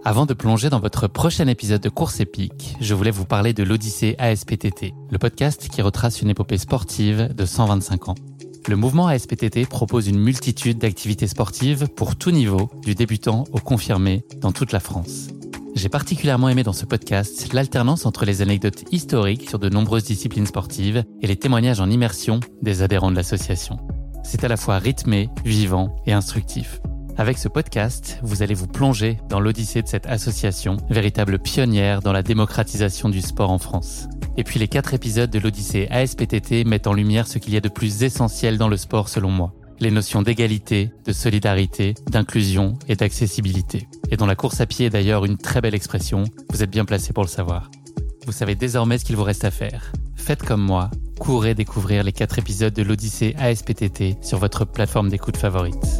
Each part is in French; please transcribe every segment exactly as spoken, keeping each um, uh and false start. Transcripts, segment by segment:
Avant de plonger dans votre prochain épisode de Course épique, je voulais vous parler de l'Odyssée A S P T T, le podcast qui retrace une épopée sportive de cent vingt-cinq ans. Le mouvement A S P T T propose une multitude d'activités sportives pour tout niveau, du débutant au confirmé, dans toute la France. J'ai particulièrement aimé dans ce podcast l'alternance entre les anecdotes historiques sur de nombreuses disciplines sportives et les témoignages en immersion des adhérents de l'association. C'est à la fois rythmé, vivant et instructif. Avec ce podcast, vous allez vous plonger dans l'odyssée de cette association, véritable pionnière dans la démocratisation du sport en France. Et puis les quatre épisodes de l'Odyssée A S P T T mettent en lumière ce qu'il y a de plus essentiel dans le sport selon moi. Les notions d'égalité, de solidarité, d'inclusion et d'accessibilité. Et dont la course à pied est d'ailleurs une très belle expression, vous êtes bien placé pour le savoir. Vous savez désormais ce qu'il vous reste à faire. Faites comme moi, courez découvrir les quatre épisodes de l'Odyssée A S P T T sur votre plateforme d'écoute favorite.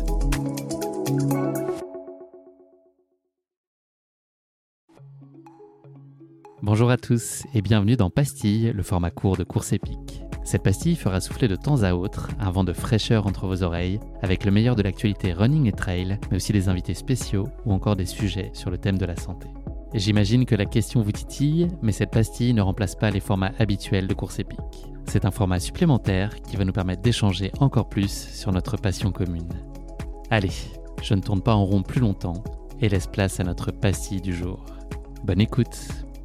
Bonjour à tous et bienvenue dans Pastille, le format court de Course épique. Cette pastille fera souffler de temps à autre un vent de fraîcheur entre vos oreilles avec le meilleur de l'actualité running et trail, mais aussi des invités spéciaux ou encore des sujets sur le thème de la santé. Et j'imagine que la question vous titille, mais cette pastille ne remplace pas les formats habituels de Course épique. C'est un format supplémentaire qui va nous permettre d'échanger encore plus sur notre passion commune. Allez, je ne tourne pas en rond plus longtemps et laisse place à notre pastille du jour. Bonne écoute!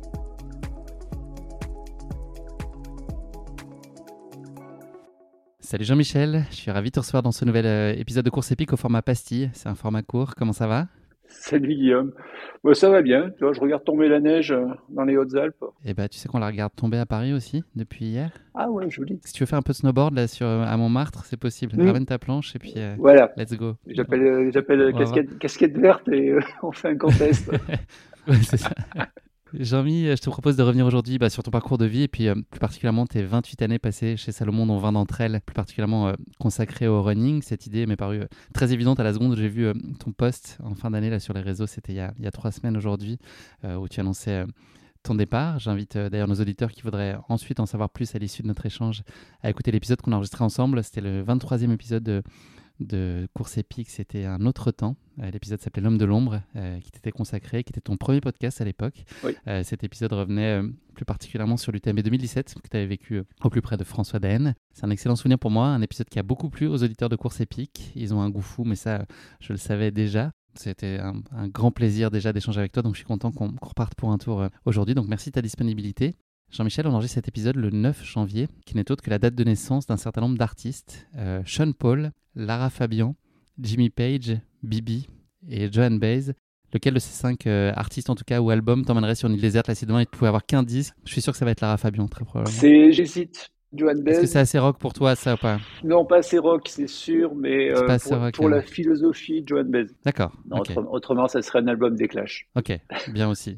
Salut Jean-Michel, je suis ravi de te recevoir dans ce nouvel euh, épisode de Course épique au format pastille. C'est un format court, comment ça va? Salut Guillaume. Bon, ça va bien, tu vois, je regarde tomber la neige euh, dans les Hautes-Alpes. Eh ben, tu sais qu'on la regarde tomber à Paris aussi depuis hier. Ah ouais, joli. Si tu veux faire un peu de snowboard là sur, à Montmartre, c'est possible. Mmh. Ramène ta planche et puis euh, Voilà, let's go. j'appelle, euh, j'appelle On va casquette, casquette verte et euh, on fait un contest. Ouais, c'est ça. Jean-Mi, je te propose de revenir aujourd'hui bah, sur ton parcours de vie et puis euh, plus particulièrement tes vingt-huit années passées chez Salomon, dont vingt d'entre elles plus particulièrement euh, consacrées au running. Cette idée m'est parue euh, très évidente à la seconde où j'ai vu euh, ton post en fin d'année là, sur les réseaux, c'était il y a, il y a trois semaines aujourd'hui, euh, où tu annonçais euh, ton départ. J'invite euh, d'ailleurs nos auditeurs qui voudraient ensuite en savoir plus à l'issue de notre échange à écouter l'épisode qu'on a enregistré ensemble. C'était le vingt-troisième épisode de de Course épique, c'était un autre temps. Euh, l'épisode s'appelait L'homme de l'ombre, euh, qui t'était consacré, qui était ton premier podcast à l'époque. Oui. Euh, cet épisode revenait euh, plus particulièrement sur l'U T M B deux mille dix-sept, que tu avais vécu euh, au plus près de François Daen. C'est un excellent souvenir pour moi, un épisode qui a beaucoup plu aux auditeurs de Course épique. Ils ont un goût fou, mais ça, je le savais déjà. C'était un, un grand plaisir déjà d'échanger avec toi, donc je suis content qu'on, qu'on reparte pour un tour euh, aujourd'hui. Donc merci de ta disponibilité. Jean-Michel, on enregistre cet épisode le neuf janvier, qui n'est autre que la date de naissance d'un certain nombre d'artistes. Euh, Sean Paul, Lara Fabian, Jimmy Page, Bibi et Joan Baez. Lequel de ces cinq euh, artistes, en tout cas, ou albums, t'emmènerait sur une île déserte là, si demain il ne pouvait avoir qu'un disque? Je suis sûr que ça va être Lara Fabian, très probablement. C'est, j'hésite. Joan Baez. Est-ce que c'est assez rock pour toi, ça ou pas? Non, pas assez rock, c'est sûr, mais euh, C'est pas assez pour, rock, pour hein. la philosophie, Joan Baez. D'accord. Non, Ok. autrement, autrement, ça serait un album des Clash. Ok, bien aussi.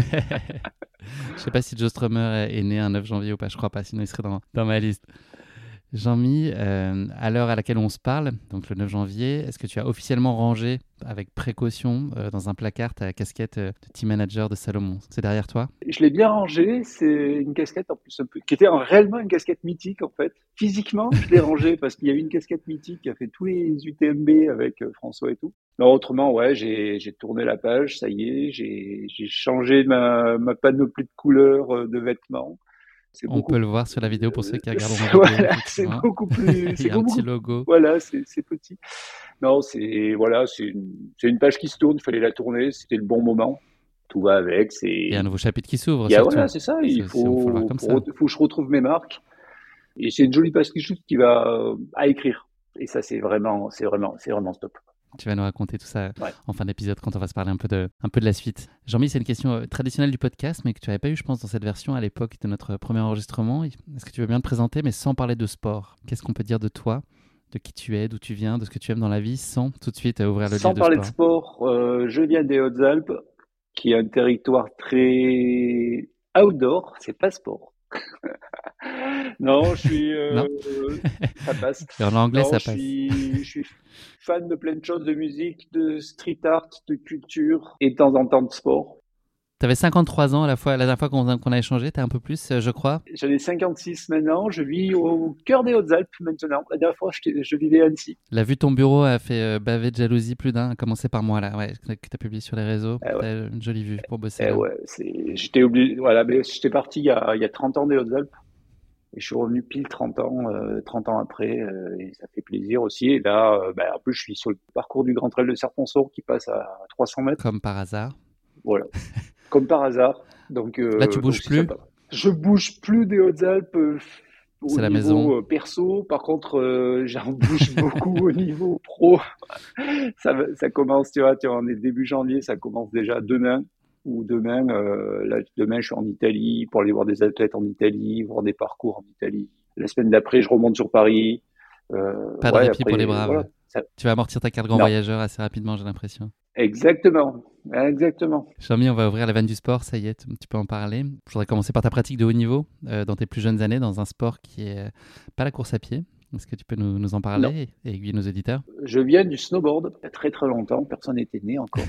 Je sais pas si Joe Strummer est né un neuf janvier ou pas, je crois pas, sinon il serait dans, dans ma liste. Jean-Mi, euh, à l'heure à laquelle on se parle, donc le neuf janvier, est-ce que tu as officiellement rangé avec précaution euh, dans un placard ta casquette euh, de team manager de Salomon? C'est derrière toi? Je l'ai bien rangée, c'est une casquette en plus un peu, qui était en- réellement une casquette mythique en fait. Physiquement, je l'ai rangée parce qu'il y a eu une casquette mythique qui a fait tous les U T M B avec euh, François et tout. Non, autrement, ouais, j'ai, j'ai tourné la page, ça y est, j'ai, j'ai changé ma, ma panoplie de couleurs euh, de vêtements. C'est On beaucoup peut le voir sur la vidéo pour ceux qui regardent en c'est- vidéo, voilà, c'est effectivement. beaucoup plus, Il c'est y a un beaucoup, petit logo. voilà, c'est, c'est petit. Non, c'est, voilà, c'est une, c'est une page qui se tourne, il fallait la tourner, c'était le bon moment. Tout va avec, Il y a un c'est, nouveau chapitre qui s'ouvre, il y a, surtout. voilà, c'est ça, il C'est- c'est- faut le voir faut, comme faut, ça. re- faut que je retrouve mes marques. Et c'est une jolie page qui shoot qui va euh, à écrire. Et ça, c'est vraiment, c'est vraiment, c'est vraiment stop. Tu vas nous raconter tout ça Ouais. en fin d'épisode quand on va se parler un peu de, un peu de la suite. Jean-Mi, c'est une question euh, traditionnelle du podcast, mais que tu n'avais pas eu, je pense, dans cette version à l'époque de notre premier enregistrement. Est-ce que tu veux bien te présenter, mais sans parler de sport? Qu'est-ce qu'on peut dire de toi, de qui tu es, d'où tu viens, de ce que tu aimes dans la vie, sans tout de suite euh, ouvrir le Sans livre de parler de sport? sport, euh, je viens des Hautes-Alpes, qui est un territoire très outdoor, c'est pas sport. Non, je suis, Non. euh, ça passe. Et en anglais, Non, ça je passe. suis, je suis fan de plein de choses, de musique, de street art, de culture et de temps en temps de sport. Tu avais cinquante-trois ans à la fois, la dernière fois qu'on, qu'on a échangé, tu as un peu plus, je crois. J'en ai cinquante-six maintenant, je vis au cœur des Hautes-Alpes maintenant. La dernière fois, je, je vivais à Annecy. La vue de ton bureau a fait euh, baver de jalousie plus d'un, à commencer par moi là, ouais, que tu as publié sur les réseaux. Eh ouais. Tu as une jolie vue pour bosser Eh là. ouais, c'est... J'étais obligé, voilà, mais j'étais parti il y a, il y a trente ans des Hautes-Alpes. Et je suis revenu pile trente ans, euh, trente ans après, euh, et ça fait plaisir aussi. Et là, euh, bah, en plus, je suis sur le parcours du Grand Trail de Serponçon qui passe à trois cents mètres. Comme par hasard. Voilà, comme par hasard. Donc, Là, tu euh, donc bouges c'est plus. sympa. Je bouge plus des Hautes-Alpes euh, au C'est la niveau maison. euh, perso. Par contre, euh, j'en bouge beaucoup au niveau pro. Ça, va- ça commence, tu vois, tu vois, on est début janvier, ça commence déjà demain. Ou demain, euh, là, demain, je suis en Italie pour aller voir des athlètes en Italie, voir des parcours en Italie. La semaine d'après, je remonte sur Paris. Euh, Pas de ouais, répit pour les après, braves. voilà. Ça- Tu vas amortir ta carte grand Non, voyageur assez rapidement, j'ai l'impression. exactement, exactement. Jean-Mi, on va ouvrir la vanne du sport, ça y est, tu peux en parler. Je voudrais commencer par ta pratique de haut niveau euh, dans tes plus jeunes années, dans un sport qui est euh, pas la course à pied. Est-ce que tu peux nous, nous en Non. parler et aiguiller nos auditeurs? Je viens du snowboard, il y a très très longtemps, personne n'était né encore.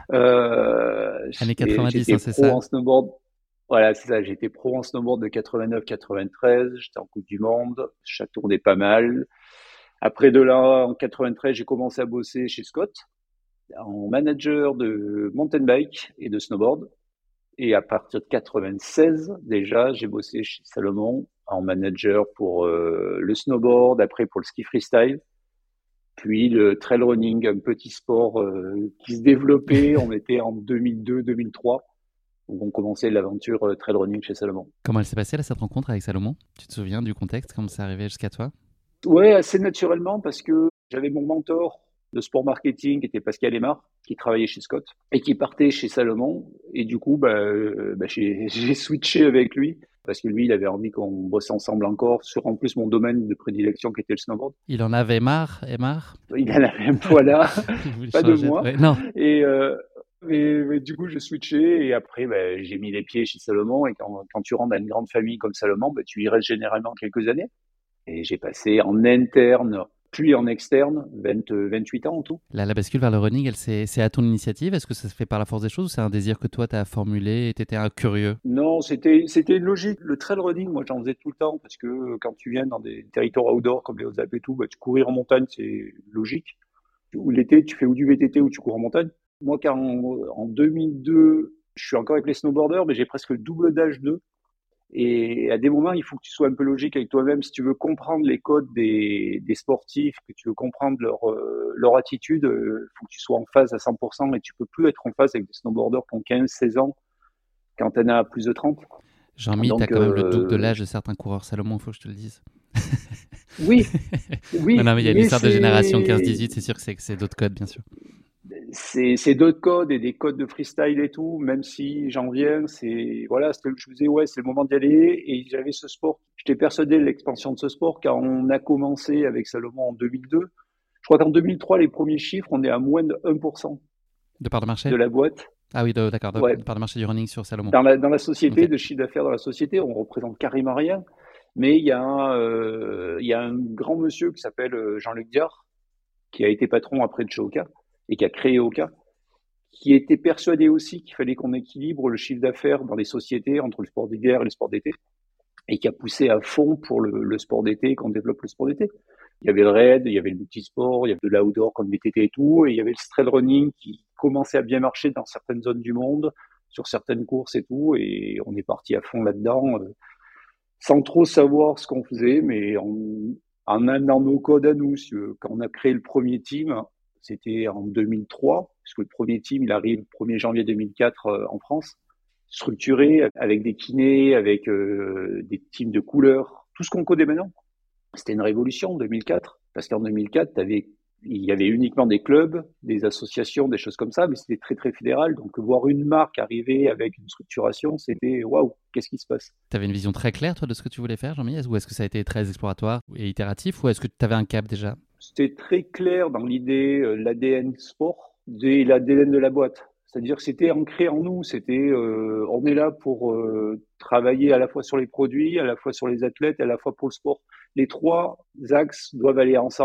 Euh, Années j'étais, quatre-vingt-dix, j'étais hein, c'est pro ça? en snowboard. Voilà, c'est ça. J'étais pro en snowboard de quatre-vingt-neuf quatre-vingt-treize. J'étais en Coupe du Monde. Je tournais pas mal. Après de là, en quatre-vingt-treize, j'ai commencé à bosser chez Scott en manager de mountain bike et de snowboard. Et à partir de quatre-vingt-seize, déjà, j'ai bossé chez Salomon en manager pour euh, le snowboard, après pour le ski freestyle. Puis le trail running, un petit sport euh, qui se développait. On était en deux mille deux deux mille trois, où on commençait l'aventure euh, trail running chez Salomon. Comment elle s'est passée là, cette rencontre avec Salomon? Tu te souviens du contexte, comment c'est arrivé jusqu'à toi? Ouais, assez naturellement parce que j'avais mon mentor de sport marketing qui était Pascal Aymar, qui travaillait chez Scott et qui partait chez Salomon. Et du coup, bah, euh, bah, j'ai, j'ai switché avec lui parce que lui, il avait envie qu'on bosse ensemble encore sur en plus mon domaine de prédilection qui était le snowboard. Il en avait marre et marre? Il en avait un poil là, Il voulait pas de changer moi. ouais, non. Et, euh, mais, mais du coup, je switchais et après, bah, j'ai mis les pieds chez Salomon. Et quand, quand tu rentres dans une grande famille comme Salomon, bah, tu y restes généralement quelques années. Et j'ai passé en interne, puis en externe, vingt, vingt-huit ans en tout. La, la bascule vers le running, elle, c'est, c'est à ton initiative? Est-ce que ça se fait par la force des choses ou c'est un désir que toi, tu as formulé et tu étais un curieux? Non, c'était, c'était une logique. Le trail running, moi, j'en faisais tout le temps parce que quand tu viens dans des territoires outdoor comme les Hautes-Alpes et tout, bah, tu courir en montagne, c'est logique. Ou l'été, tu fais ou du V T T ou tu cours en montagne. Moi, quand en deux mille deux, je suis encore avec les snowboarders, mais j'ai presque le double d'âge d'eux. Et à des moments, il faut que tu sois un peu logique avec toi-même. Si tu veux comprendre les codes des, des sportifs, que tu veux comprendre leur, euh, leur attitude, il euh, faut que tu sois en phase à cent pour cent et tu peux plus être en phase avec des snowboarders qui ont quinze seize ans quand tu en as plus de trente. Jean-Mi, tu as Donc, quand même le double de euh, l'âge de certains coureurs Salomon, il faut que je te le dise. oui, Non, oui, non, mais il y a une mais histoire de génération c'est, quinze dix-huit, c'est sûr que c'est, que c'est d'autres codes, bien sûr. c'est, c'est d'autres codes et des codes de freestyle et tout, même si j'en viens, c'est, voilà, c'était, je me disais, ouais, c'est le moment d'y aller et j'avais ce sport. J'étais persuadé de l'expansion de ce sport quand on a commencé avec Salomon en deux mille deux. Je crois qu'en deux mille trois, les premiers chiffres, on est à moins de un pour cent De part de marché? de la boîte. Ah oui, de- d'accord, de, Ouais, de part de marché du running sur Salomon. dans la, dans la société, Ok. de chiffre d'affaires dans la société, on représente carrément rien. Mais il y a un, euh, il y a un grand monsieur qui s'appelle euh, Jean-Luc Diard, qui a été patron après de chez Oka et qui a créé Oka, qui était persuadé aussi qu'il fallait qu'on équilibre le chiffre d'affaires dans les sociétés entre le sport d'hiver et le sport d'été, et qui a poussé à fond pour le, le sport d'été, qu'on développe le sport d'été. Il y avait le raid, il y avait le multisport, il y avait de l'outdoor comme V T T et tout, et il y avait le trail running qui commençait à bien marcher dans certaines zones du monde, sur certaines courses et tout, et on est parti à fond là-dedans, euh, sans trop savoir ce qu'on faisait, mais en, en amenant nos codes à nous. Quand on a créé le premier team, c'était en deux mille trois, puisque le premier team, il arrive le premier janvier deux mille quatre euh, en France, structuré avec des kinés, avec euh, des teams de couleurs, tout ce qu'on connaît maintenant. C'était une révolution en deux mille quatre, parce qu'en deux mille quatre, t'avais, il y avait uniquement des clubs, des associations, des choses comme ça, mais c'était très très fédéral. Donc voir une marque arriver avec une structuration, c'était waouh, qu'est-ce qui se passe? Tu avais une vision très claire, toi, de ce que tu voulais faire, Jean-Mi? Ou est-ce que ça a été très exploratoire et itératif, ou est-ce que tu avais un cap déjà? C'était très clair dans l'idée, euh, l'A D N sport et l'A D N de la boîte. C'est-à-dire que c'était ancré en nous. C'était, euh, on est là pour euh, travailler à la fois sur les produits, à la fois sur les athlètes, et à la fois pour le sport. Les trois axes doivent aller ensemble.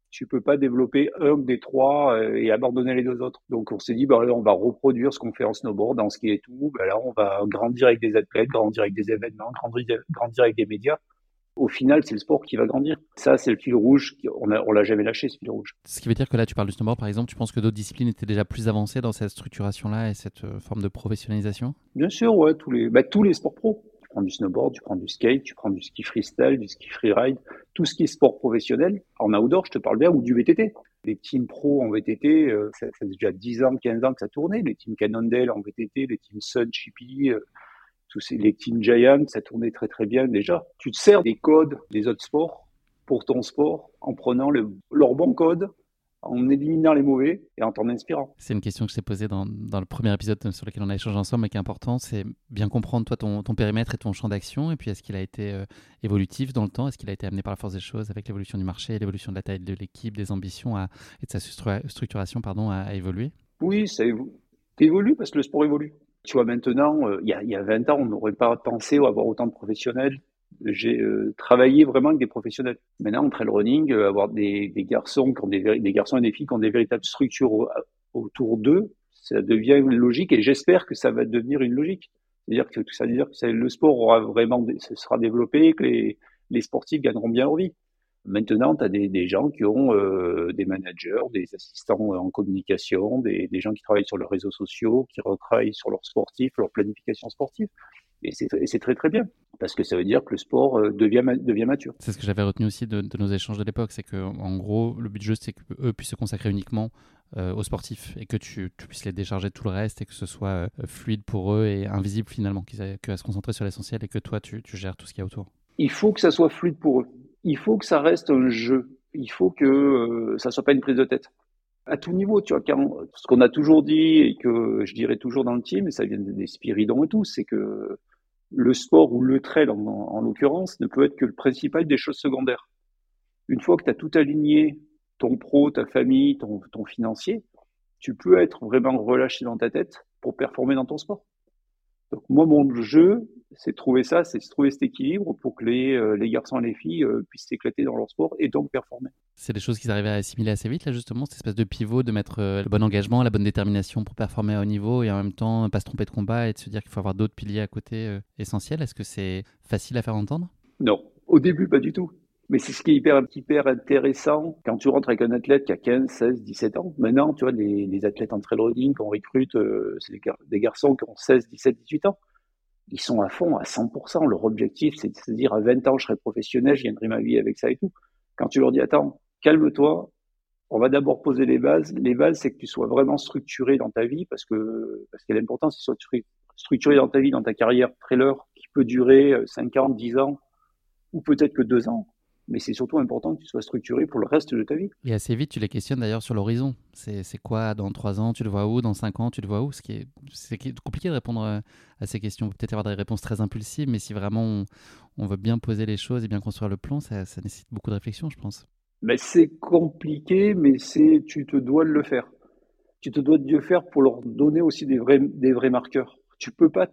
Tu peux pas développer un des trois euh, et abandonner les deux autres. Donc on s'est dit, bah, on va reproduire ce qu'on fait en snowboard, en ski et tout. Bah, là, on va grandir avec des athlètes, grandir avec des événements, grandir, grandir avec des médias. Au final, c'est le sport qui va grandir. Ça, c'est le fil rouge. On a, on l'a jamais lâché, ce fil rouge. Ce qui veut dire que là, tu parles du snowboard, par exemple, tu penses que d'autres disciplines étaient déjà plus avancées dans cette structuration-là et cette euh, forme de professionnalisation? Bien sûr, ouais, tous les, bah, tous les sports pro. Tu prends du snowboard, tu prends du skate, tu prends du ski freestyle, du ski freeride, tout ce qui est sport professionnel. En outdoor, je te parle bien, ou du V T T. Les teams pro en V T T, euh, ça, ça fait déjà dix ans, quinze ans que ça tournait. Les teams Cannondale en V T T, les teams Sun, Chippy, euh, tous ces, les teams Giant, ça tournait très très bien déjà. Tu te sers des codes des autres sports pour ton sport en prenant le, leurs bons codes, en éliminant les mauvais et en t'en inspirant. C'est une question que je t'ai posée dans, dans le premier épisode sur lequel on a échangé ensemble, mais qui est important, c'est bien comprendre toi ton, ton périmètre et ton champ d'action, et puis est-ce qu'il a été euh, évolutif dans le temps, est-ce qu'il a été amené par la force des choses avec l'évolution du marché, l'évolution de la taille de l'équipe, des ambitions à, et de sa structuration pardon, à, à évoluer? Oui, ça évolue. évolue parce que le sport évolue. Tu vois, maintenant, euh, il y, a, y a vingt ans, on n'aurait pas pensé avoir autant de professionnels. J'ai euh, travaillé vraiment avec des professionnels. Maintenant, en trail running, euh, avoir des, des garçons qui ont des, des garçons et des filles qui ont des véritables structures au, autour d'eux, ça devient une logique et j'espère que ça va devenir une logique. C'est-à-dire que ça veut dire que ça, le sport aura vraiment, se sera développé, que les, les sportifs gagneront bien leur vie. Maintenant, tu as des, des gens qui ont euh, des managers, des assistants en communication, des, des gens qui travaillent sur leurs réseaux sociaux, qui retravaillent sur leurs sportifs, leur planification sportive. Et c'est, et c'est très très bien, parce que ça veut dire que le sport euh, devient, devient mature. C'est ce que j'avais retenu aussi de, de nos échanges de l'époque, c'est qu'en gros, le but du jeu, c'est qu'eux puissent se consacrer uniquement euh, aux sportifs et que tu, tu puisses les décharger de tout le reste et que ce soit euh, fluide pour eux et invisible finalement, qu'ils aient qu'à se concentrer sur l'essentiel et que toi, tu, tu gères tout ce qu'il y a autour. Il faut que ça soit fluide pour eux. Il faut que ça reste un jeu. Il faut que euh, ça soit pas une prise de tête. À tout niveau, tu vois, quand, ce qu'on a toujours dit et que je dirais toujours dans le team, et ça vient des Spiridon et tout, c'est que le sport ou le trail, en, en l'occurrence, ne peut être que le principal des choses secondaires. Une fois que tu as tout aligné, ton pro, ta famille, ton, ton financier, tu peux être vraiment relâché dans ta tête pour performer dans ton sport. Donc moi, mon jeu, c'est trouver ça, c'est trouver cet équilibre pour que les, euh, les garçons et les filles euh, puissent s'éclater dans leur sport et donc performer. C'est des choses qu'ils arrivaient à assimiler assez vite, là, justement, cette espèce de pivot, de mettre euh, le bon engagement, la bonne détermination pour performer à haut niveau et en même temps pas se tromper de combat et de se dire qu'il faut avoir d'autres piliers à côté euh, essentiels. Est-ce que c'est facile à faire entendre? Non, au début, pas du tout. Mais c'est ce qui est hyper, hyper intéressant quand tu rentres avec un athlète qui a quinze, seize, dix-sept ans. Maintenant, tu vois, les, les athlètes en trail running qu'on recrute, euh, c'est des, gar- des garçons qui ont seize, dix-sept, dix-huit ans. Ils sont à fond, à cent pour cent. Leur objectif, c'est de se dire à vingt ans, je serai professionnel, je gagnerai ma vie avec ça et tout. Quand tu leur dis, attends, calme-toi, on va d'abord poser les bases. Les bases, c'est que tu sois vraiment structuré dans ta vie parce que, parce qu'il est important, c'est que tu sois structuré dans ta vie, dans ta carrière trailer qui peut durer cinq ans, dix ans ou peut-être que deux ans. Mais c'est surtout important que tu sois structuré pour le reste de ta vie. Et assez vite, tu les questionnes d'ailleurs sur l'horizon. C'est, c'est quoi dans trois ans, tu le vois où? Dans cinq ans, tu le vois où? Ce qui est, c'est compliqué de répondre à ces questions. Peut-être avoir des réponses très impulsives, mais si vraiment on, on veut bien poser les choses et bien construire le plan, ça, ça nécessite beaucoup de réflexion, je pense. Mais c'est compliqué, mais c'est, tu te dois de le faire. Tu te dois de le faire pour leur donner aussi des vrais, des vrais marqueurs. Tu peux pas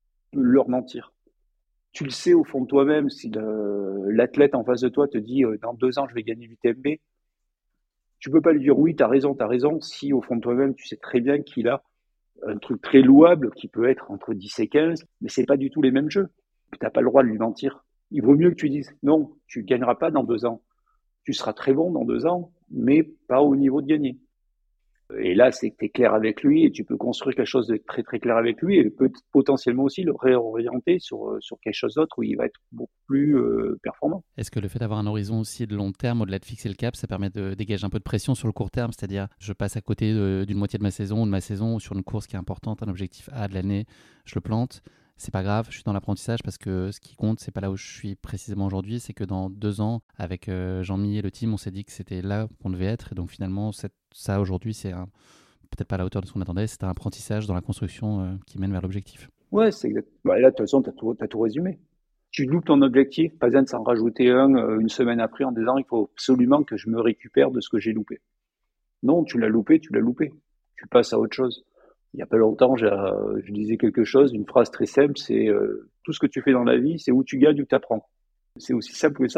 leur mentir. Tu le sais au fond de toi-même, si le, l'athlète en face de toi te dit euh, dans deux ans je vais gagner l'U T M B, tu peux pas lui dire oui, t'as raison, t'as raison, si au fond de toi-même tu sais très bien qu'il a un truc très louable qui peut être entre dix et quinze, mais c'est pas du tout les mêmes jeux. T'as pas le droit de lui mentir. Il vaut mieux que tu dises non, tu gagneras pas dans deux ans. Tu seras très bon dans deux ans, mais pas au niveau de gagner. Et là, c'est que tu es clair avec lui et tu peux construire quelque chose de très très clair avec lui et peut potentiellement aussi le réorienter sur, sur quelque chose d'autre où il va être beaucoup plus euh, performant. Est-ce que le fait d'avoir un horizon aussi de long terme, au-delà de fixer le cap, ça permet de dégager un peu de pression sur le court terme? C'est-à-dire, je passe à côté de, d'une moitié de ma saison ou de ma saison ou sur une course qui est importante, un objectif A de l'année, je le plante. C'est pas grave, je suis dans l'apprentissage parce que ce qui compte, c'est pas là où je suis précisément aujourd'hui, c'est que dans deux ans, avec euh, Jean-Mi et le team, on s'est dit que c'était là qu'on devait être. Et donc finalement, cette, ça aujourd'hui, c'est un, peut-être pas à la hauteur de ce qu'on attendait, c'est un apprentissage dans la construction euh, qui mène vers l'objectif. Ouais, c'est exact. Bah, là, de toute façon, tu as tout, t'as tout résumé. Tu loupes ton objectif, pas besoin de s'en rajouter un euh, une semaine après en disant il faut absolument que je me récupère de ce que j'ai loupé. Non, tu l'as loupé, tu l'as loupé. Tu passes à autre chose. Il n'y a pas longtemps, j'ai, euh, je disais quelque chose, une phrase très simple, c'est euh, tout ce que tu fais dans la vie, c'est où tu gagnes ou tu apprends. C'est aussi simple que ça, en fait.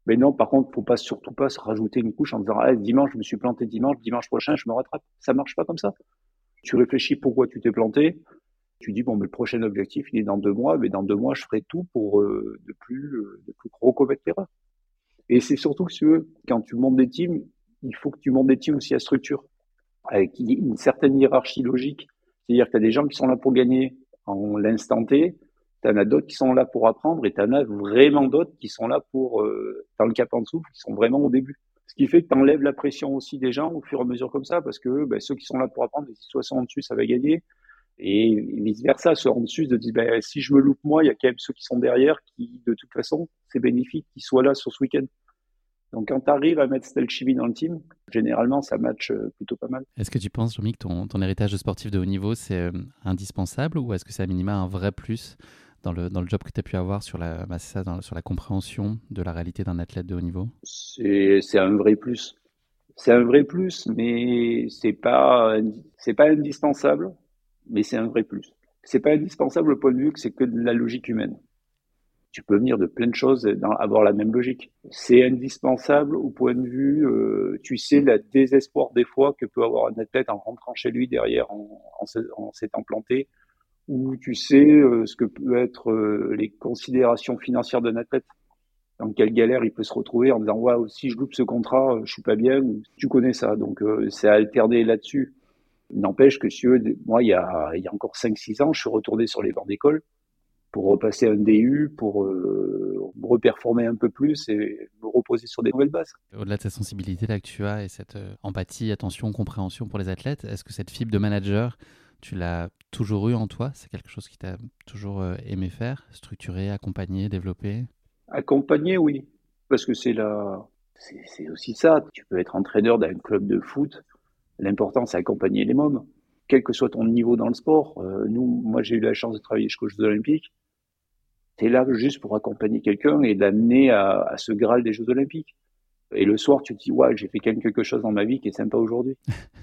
Mais non, par contre, faut pas surtout pas se rajouter une couche en disant ah, dimanche, je me suis planté dimanche, dimanche prochain, je me rattrape. Ça marche pas comme ça. Tu réfléchis pourquoi tu t'es planté. Tu dis bon, mais le prochain objectif, il est dans deux mois, mais dans deux mois, je ferai tout pour euh, de plus euh, de plus recommettre l'erreur. Et c'est surtout que si tu veux, quand tu montes des teams, il faut que tu montes des teams aussi à structure, avec une certaine hiérarchie logique. C'est-à-dire que tu as des gens qui sont là pour gagner en l'instant T, tu en as d'autres qui sont là pour apprendre, et tu en as vraiment d'autres qui sont là pour, euh, dans le cap en dessous, qui sont vraiment au début. Ce qui fait que tu enlèves la pression aussi des gens au fur et à mesure comme ça, parce que ben, ceux qui sont là pour apprendre, si soit sont en dessus, ça va gagner. Et vice-versa, ceux en dessus se disent, ben, si je me loupe moi, il y a quand même ceux qui sont derrière qui, de toute façon, c'est bénéfique qu'ils soient là sur ce week-end. Donc, quand tu arrives à mettre cette alchimie dans le team, généralement, ça match plutôt pas mal. Est-ce que tu penses, Jean-Mi, que ton, ton héritage de sportif de haut niveau, c'est euh, indispensable ou est-ce que c'est à minima un vrai plus dans le, dans le job que tu as pu avoir sur la, bah, c'est ça, dans, sur la compréhension de la réalité d'un athlète de haut niveau? C'est, c'est un vrai plus. C'est un vrai plus, mais c'est pas, c'est pas indispensable, mais c'est un vrai plus. C'est pas indispensable au point de vue que c'est que de la logique humaine. Tu peux venir de plein de choses et avoir la même logique. C'est indispensable au point de vue, euh, tu sais, le désespoir des fois que peut avoir un athlète en rentrant chez lui derrière en, en, en s'étant planté, ou tu sais euh, ce que peut être euh, les considérations financières d'un athlète. Dans quelle galère il peut se retrouver en disant waouh, si je loupe ce contrat, je suis pas bien. Tu connais ça, donc euh, c'est alterné là-dessus. N'empêche que si eux, moi, il y a, il y a encore cinq six ans, je suis retourné sur les bancs d'école pour repasser un D U, pour euh, me reperformer un peu plus et me reposer sur des nouvelles bases. Au-delà de cette sensibilité là que tu as et cette euh, empathie, attention, compréhension pour les athlètes, est-ce que cette fibre de manager, tu l'as toujours eu en toi? C'est quelque chose qui t'a toujours euh, aimé faire, structurer, accompagner, développer? Accompagner, oui, parce que c'est la, c'est, c'est aussi ça. Tu peux être entraîneur d'un club de foot. L'important, c'est accompagner les mômes, quel que soit ton niveau dans le sport. Euh, nous, moi, j'ai eu la chance de travailler jusqu'aux Jeux Olympiques. Tu es là juste pour accompagner quelqu'un et l'amener à, à ce Graal des Jeux Olympiques. Et le soir, tu te dis, ouais, j'ai fait quelque chose dans ma vie qui est sympa aujourd'hui.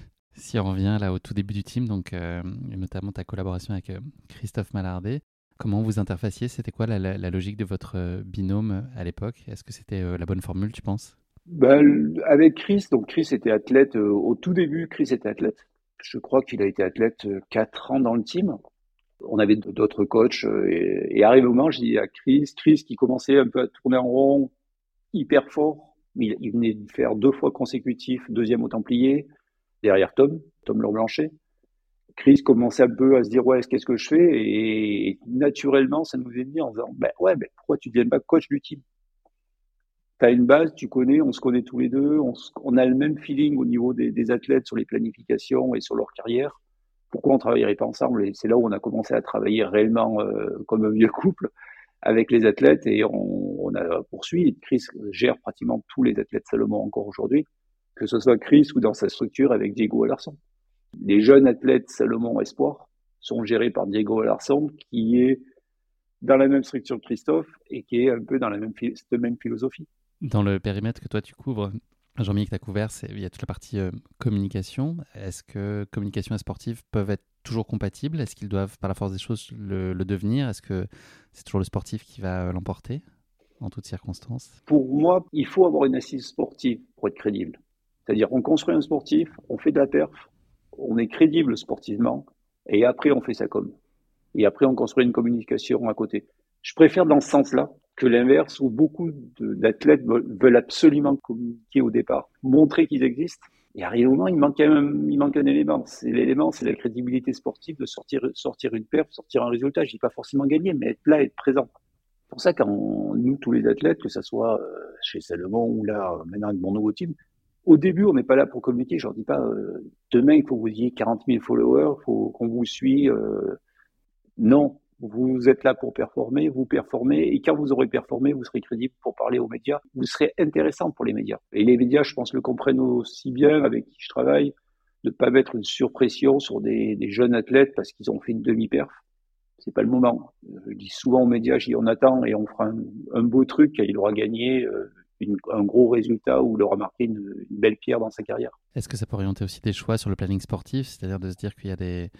Si on revient là au tout début du team, donc euh, et notamment ta collaboration avec euh, Christophe Mallardet, comment vous interfaciez? C'était quoi la, la, la logique de votre euh, binôme à l'époque? Est-ce que c'était euh, la bonne formule, tu penses? Ben, avec Chris, donc Chris était athlète euh, au tout début, Chris était athlète. Je crois qu'il a été athlète euh, quatre ans dans le team. On avait d'autres coachs euh, et, et arrive au moment, je dis à Chris, Chris qui commençait un peu à tourner en rond, hyper fort. Il, il venait de faire deux fois consécutif, deuxième au Templier, derrière Tom, Tom Lorblanchet. Chris commençait un peu à se dire ouais, qu'est-ce que je fais? Et, et naturellement, ça nous est venu en disant ben ouais, ben pourquoi tu ne deviens pas coach du team? Tu as une base, tu connais, on se connaît tous les deux, on, on a le même feeling au niveau des, des athlètes sur les planifications et sur leur carrière. Pourquoi on ne travaillerait pas ensemble? Et c'est là où on a commencé à travailler réellement euh, comme un vieux couple avec les athlètes et on, on a poursuivi. Chris gère pratiquement tous les athlètes Salomon encore aujourd'hui, que ce soit Chris ou dans sa structure avec Diego Alarson. Les jeunes athlètes Salomon Espoir sont gérés par Diego Alarson, qui est dans la même structure que Christophe et qui est un peu dans la même, cette même philosophie. Dans le périmètre que toi tu couvres, Jean-Mi, que tu as couvert, c'est, il y a toute la partie euh, communication. Est-ce que communication et sportif peuvent être toujours compatibles? Est-ce qu'ils doivent, par la force des choses, le, le devenir? Est-ce que c'est toujours le sportif qui va l'emporter en toutes circonstances? Pour moi, il faut avoir une assise sportive pour être crédible. C'est-à-dire, on construit un sportif, on fait de la perf, on est crédible sportivement, et après, on fait sa com. Et après, on construit une communication à côté. Je préfère dans ce sens-là que l'inverse, où beaucoup de, d'athlètes veulent absolument communiquer au départ, montrer qu'ils existent. Et arrive au moment, il manque, un, il manque un élément. C'est l'élément, c'est la crédibilité sportive de sortir, sortir une perf, sortir un résultat. Je dis pas forcément gagner, mais être là, être présent. C'est pour ça quand nous, tous les athlètes, que ce soit chez Salomon ou là, maintenant avec mon nouveau team, au début, on n'est pas là pour communiquer. Je leur dis pas, euh, demain, il faut que vous ayez quarante mille followers, il faut qu'on vous suit. Euh, non, vous êtes là pour performer, vous performez, et quand vous aurez performé, vous serez crédible pour parler aux médias, vous serez intéressant pour les médias. Et les médias, je pense, le comprennent aussi bien avec qui je travaille, de ne pas mettre une surpression sur des, des jeunes athlètes parce qu'ils ont fait une demi-perf. C'est pas le moment. Je dis souvent aux médias, je dis on attend et on fera un, un beau truc quand il aura gagné euh, une, un gros résultat ou il aura marqué une, une belle pierre dans sa carrière. Est-ce que ça peut orienter aussi des choix sur le planning sportif, c'est-à-dire de se dire qu'il y a des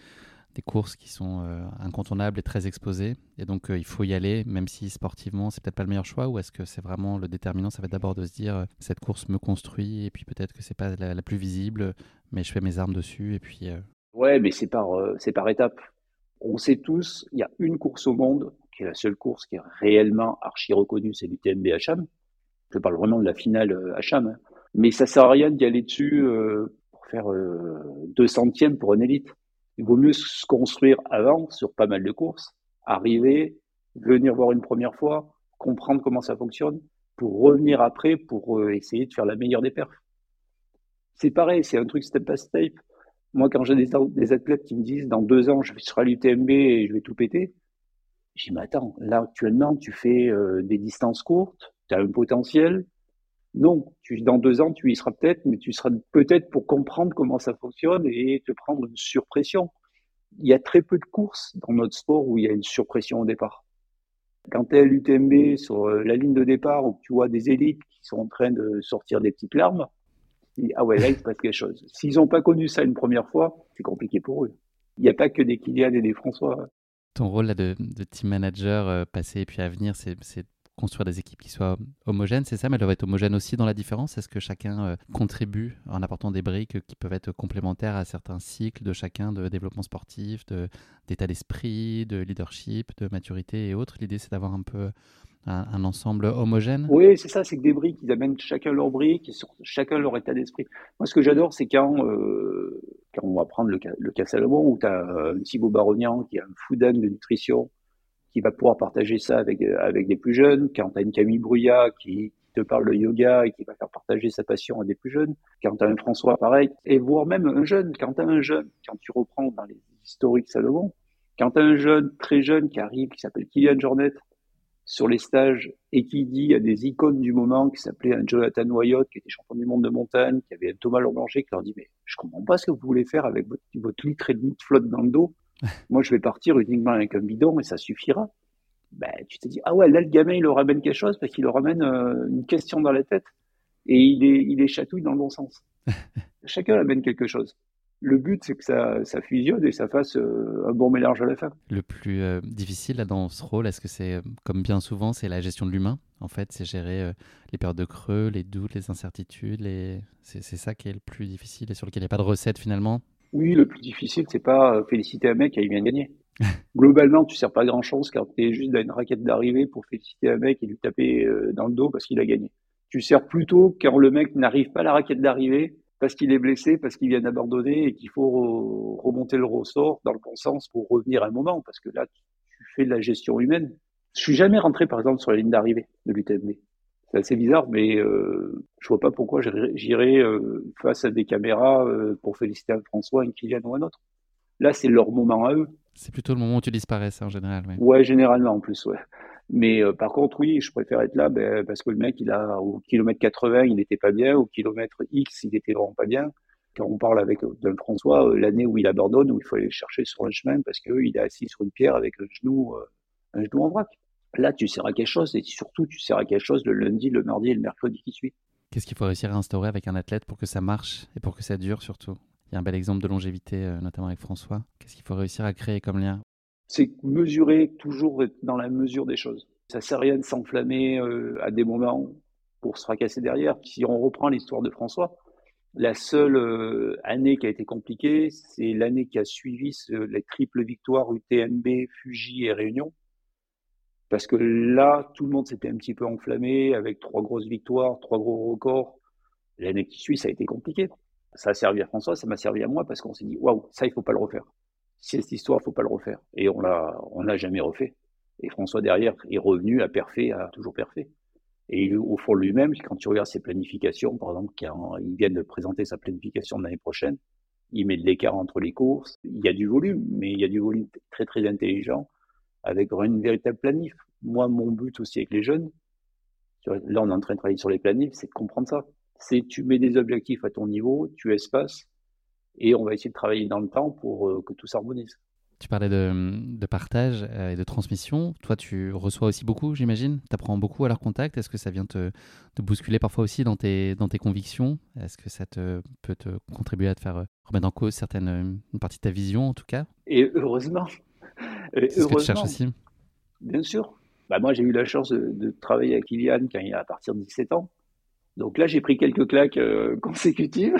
des courses qui sont euh, incontournables et très exposées. Et donc, euh, il faut y aller, même si sportivement, c'est peut-être pas le meilleur choix. Ou est-ce que c'est vraiment le déterminant? Ça va être d'abord de se dire, euh, cette course me construit, et puis peut-être que c'est pas la, la plus visible, mais je fais mes armes dessus. Et puis, euh... Ouais, mais c'est par, euh, c'est par étapes. On sait tous, il y a une course au monde, qui est la seule course qui est réellement archi reconnue, c'est l'U T M B Hacham. Je parle vraiment de la finale euh, Hacham. Hein. Mais ça sert à rien d'y aller dessus euh, pour faire euh, deux centièmes pour une élite. Il vaut mieux se construire avant sur pas mal de courses, arriver, venir voir une première fois, comprendre comment ça fonctionne, pour revenir après pour euh, essayer de faire la meilleure des perfs. C'est pareil, c'est un truc step by step. Moi, quand j'ai des, des athlètes qui me disent dans deux ans, je serai à l'U T M B et je vais tout péter, je dis, mais attends, là, actuellement, tu fais euh, des distances courtes, tu as un potentiel. Non, tu, dans deux ans, tu y seras peut-être, mais tu seras peut-être pour comprendre comment ça fonctionne et te prendre une surpression. Il y a très peu de courses dans notre sport où il y a une surpression au départ. Quand tu es à l'U T M B sur la ligne de départ où tu vois des élites qui sont en train de sortir des petites larmes, ah ouais, là, il se passe quelque chose. S'ils n'ont pas connu ça une première fois, c'est compliqué pour eux. Il n'y a pas que des Kylian et des François. Ton rôle là, de, de team manager euh, passé et puis à venir, c'est, c'est construire des équipes qui soient homogènes, c'est ça? Mais elles doivent être homogènes aussi dans la différence. Est-ce que chacun euh, contribue en apportant des briques qui peuvent être complémentaires à certains cycles de chacun, de développement sportif, de, d'état d'esprit, de leadership, de maturité et autres? L'idée, c'est d'avoir un peu un, un ensemble homogène? Oui, c'est ça, c'est que des briques, ils amènent chacun leur brique, et sur chacun leur état d'esprit. Moi, ce que j'adore, c'est quand, euh, quand on va prendre le cas, le cas Salomon, où tu as un Thibaut Barognan qui a un foodin de nutrition, qui va pouvoir partager ça avec, avec des plus jeunes, quand tu as une Camille Bruyat qui te parle de yoga et qui va faire partager sa passion à des plus jeunes, quand tu as un François pareil, et voire même un jeune, quand tu as un jeune, quand tu reprends dans les historiques Salomon, quand tu as un jeune, très jeune qui arrive, qui s'appelle Kylian Jornet, sur les stages et qui dit à des icônes du moment qui s'appelait un Jonathan Wyatt, qui était champion du monde de montagne, qui avait un Thomas Lourmanger, qui leur dit mais je comprends pas ce que vous voulez faire avec votre, votre litre et demi de flotte dans le dos. Moi, je vais partir uniquement avec un bidon et ça suffira. Ben, tu te dis ah ouais, là le gamin il leur ramène quelque chose parce qu'il leur ramène euh, une question dans la tête et il est il est chatouille dans le bon sens. Chacun amène quelque chose. Le but, c'est que ça, ça fusionne et ça fasse euh, un bon mélange à la fin. Le plus euh, difficile là, dans ce rôle, est-ce que c'est, euh, comme bien souvent, c'est la gestion de l'humain? En fait, c'est gérer euh, les périodes de creux, les doutes, les incertitudes. Les... C'est, c'est ça qui est le plus difficile et sur lequel il n'y a pas de recette finalement? Oui, le plus difficile, c'est pas féliciter un mec qui vient de gagner. Globalement, tu sers pas grand-chose quand tu es juste dans une raquette d'arrivée pour féliciter un mec et lui taper euh, dans le dos parce qu'il a gagné. Tu sers plutôt quand le mec n'arrive pas à la raquette d'arrivée parce qu'il est blessé, parce qu'il vient d'abandonner et qu'il faut re- remonter le ressort dans le bon sens pour revenir un moment parce que là, tu tu fais de la gestion humaine. Je suis jamais rentré, par exemple, sur la ligne d'arrivée de l'U T M B. C'est assez bizarre, mais euh, je vois pas pourquoi j'irais j'irais, euh, face à des caméras euh, pour féliciter un François, un Kylian ou un autre. Là, c'est leur moment à eux. C'est plutôt le moment où tu disparais, ça, en général. Oui. Ouais, généralement en plus, ouais. Mais euh, par contre, oui, je préfère être là ben, parce que le mec, il a au kilomètre quatre-vingts, il n'était pas bien, au kilomètre X, il était vraiment pas bien. Quand on parle avec euh, Don François, euh, l'année où il abandonne, où il faut aller le chercher sur un chemin parce qu'il est assis sur une pierre avec un genou, euh, un genou en vrac. Là, tu sers à quelque chose et surtout, tu sers à quelque chose le lundi, le mardi et le mercredi qui suit. Qu'est-ce qu'il faut réussir à instaurer avec un athlète pour que ça marche et pour que ça dure surtout? Il y a un bel exemple de longévité, euh, notamment avec François. Qu'est-ce qu'il faut réussir à créer comme lien? C'est mesurer, toujours être dans la mesure des choses. Ça sert à rien de s'enflammer euh, à des moments pour se fracasser derrière. Si on reprend l'histoire de François, la seule euh, année qui a été compliquée, c'est l'année qui a suivi ce, les triples victoires U T M B, Fuji et Réunion. Parce que là, tout le monde s'était un petit peu enflammé avec trois grosses victoires, trois gros records. L'année qui suit, ça a été compliqué. Ça a servi à François, ça m'a servi à moi parce qu'on s'est dit waouh, ça il faut pas le refaire. Si c'est cette histoire, faut pas le refaire. Et on l'a, on l'a jamais refait. Et François derrière est revenu à parfait, à toujours parfait. Et il, au fond lui-même, quand tu regardes ses planifications, par exemple, quand il vient de présenter sa planification de l'année prochaine, il met de l'écart entre les courses. Il y a du volume, mais il y a du volume très très intelligent, avec une véritable planif. Moi, mon but aussi avec les jeunes, là on est en train de travailler sur les planifs, c'est de comprendre ça. C'est tu mets des objectifs à ton niveau, tu espaces, et on va essayer de travailler dans le temps pour euh, que tout s'harmonise. Tu parlais de, de partage euh, et de transmission. Toi, tu reçois aussi beaucoup, j'imagine. Tu apprends beaucoup à leur contact. Est-ce que ça vient te, te bousculer parfois aussi dans tes, dans tes convictions? Est-ce que ça te, peut te contribuer à te faire euh, remettre en cause certaines, euh, une partie de ta vision, en tout cas? Et heureusement, et C'est ce que tu cherches heureusement, aussi. bien sûr. Bah, moi, j'ai eu la chance de, de travailler avec Kylian quand il a à partir de dix-sept ans. Donc là, j'ai pris quelques claques euh, consécutives.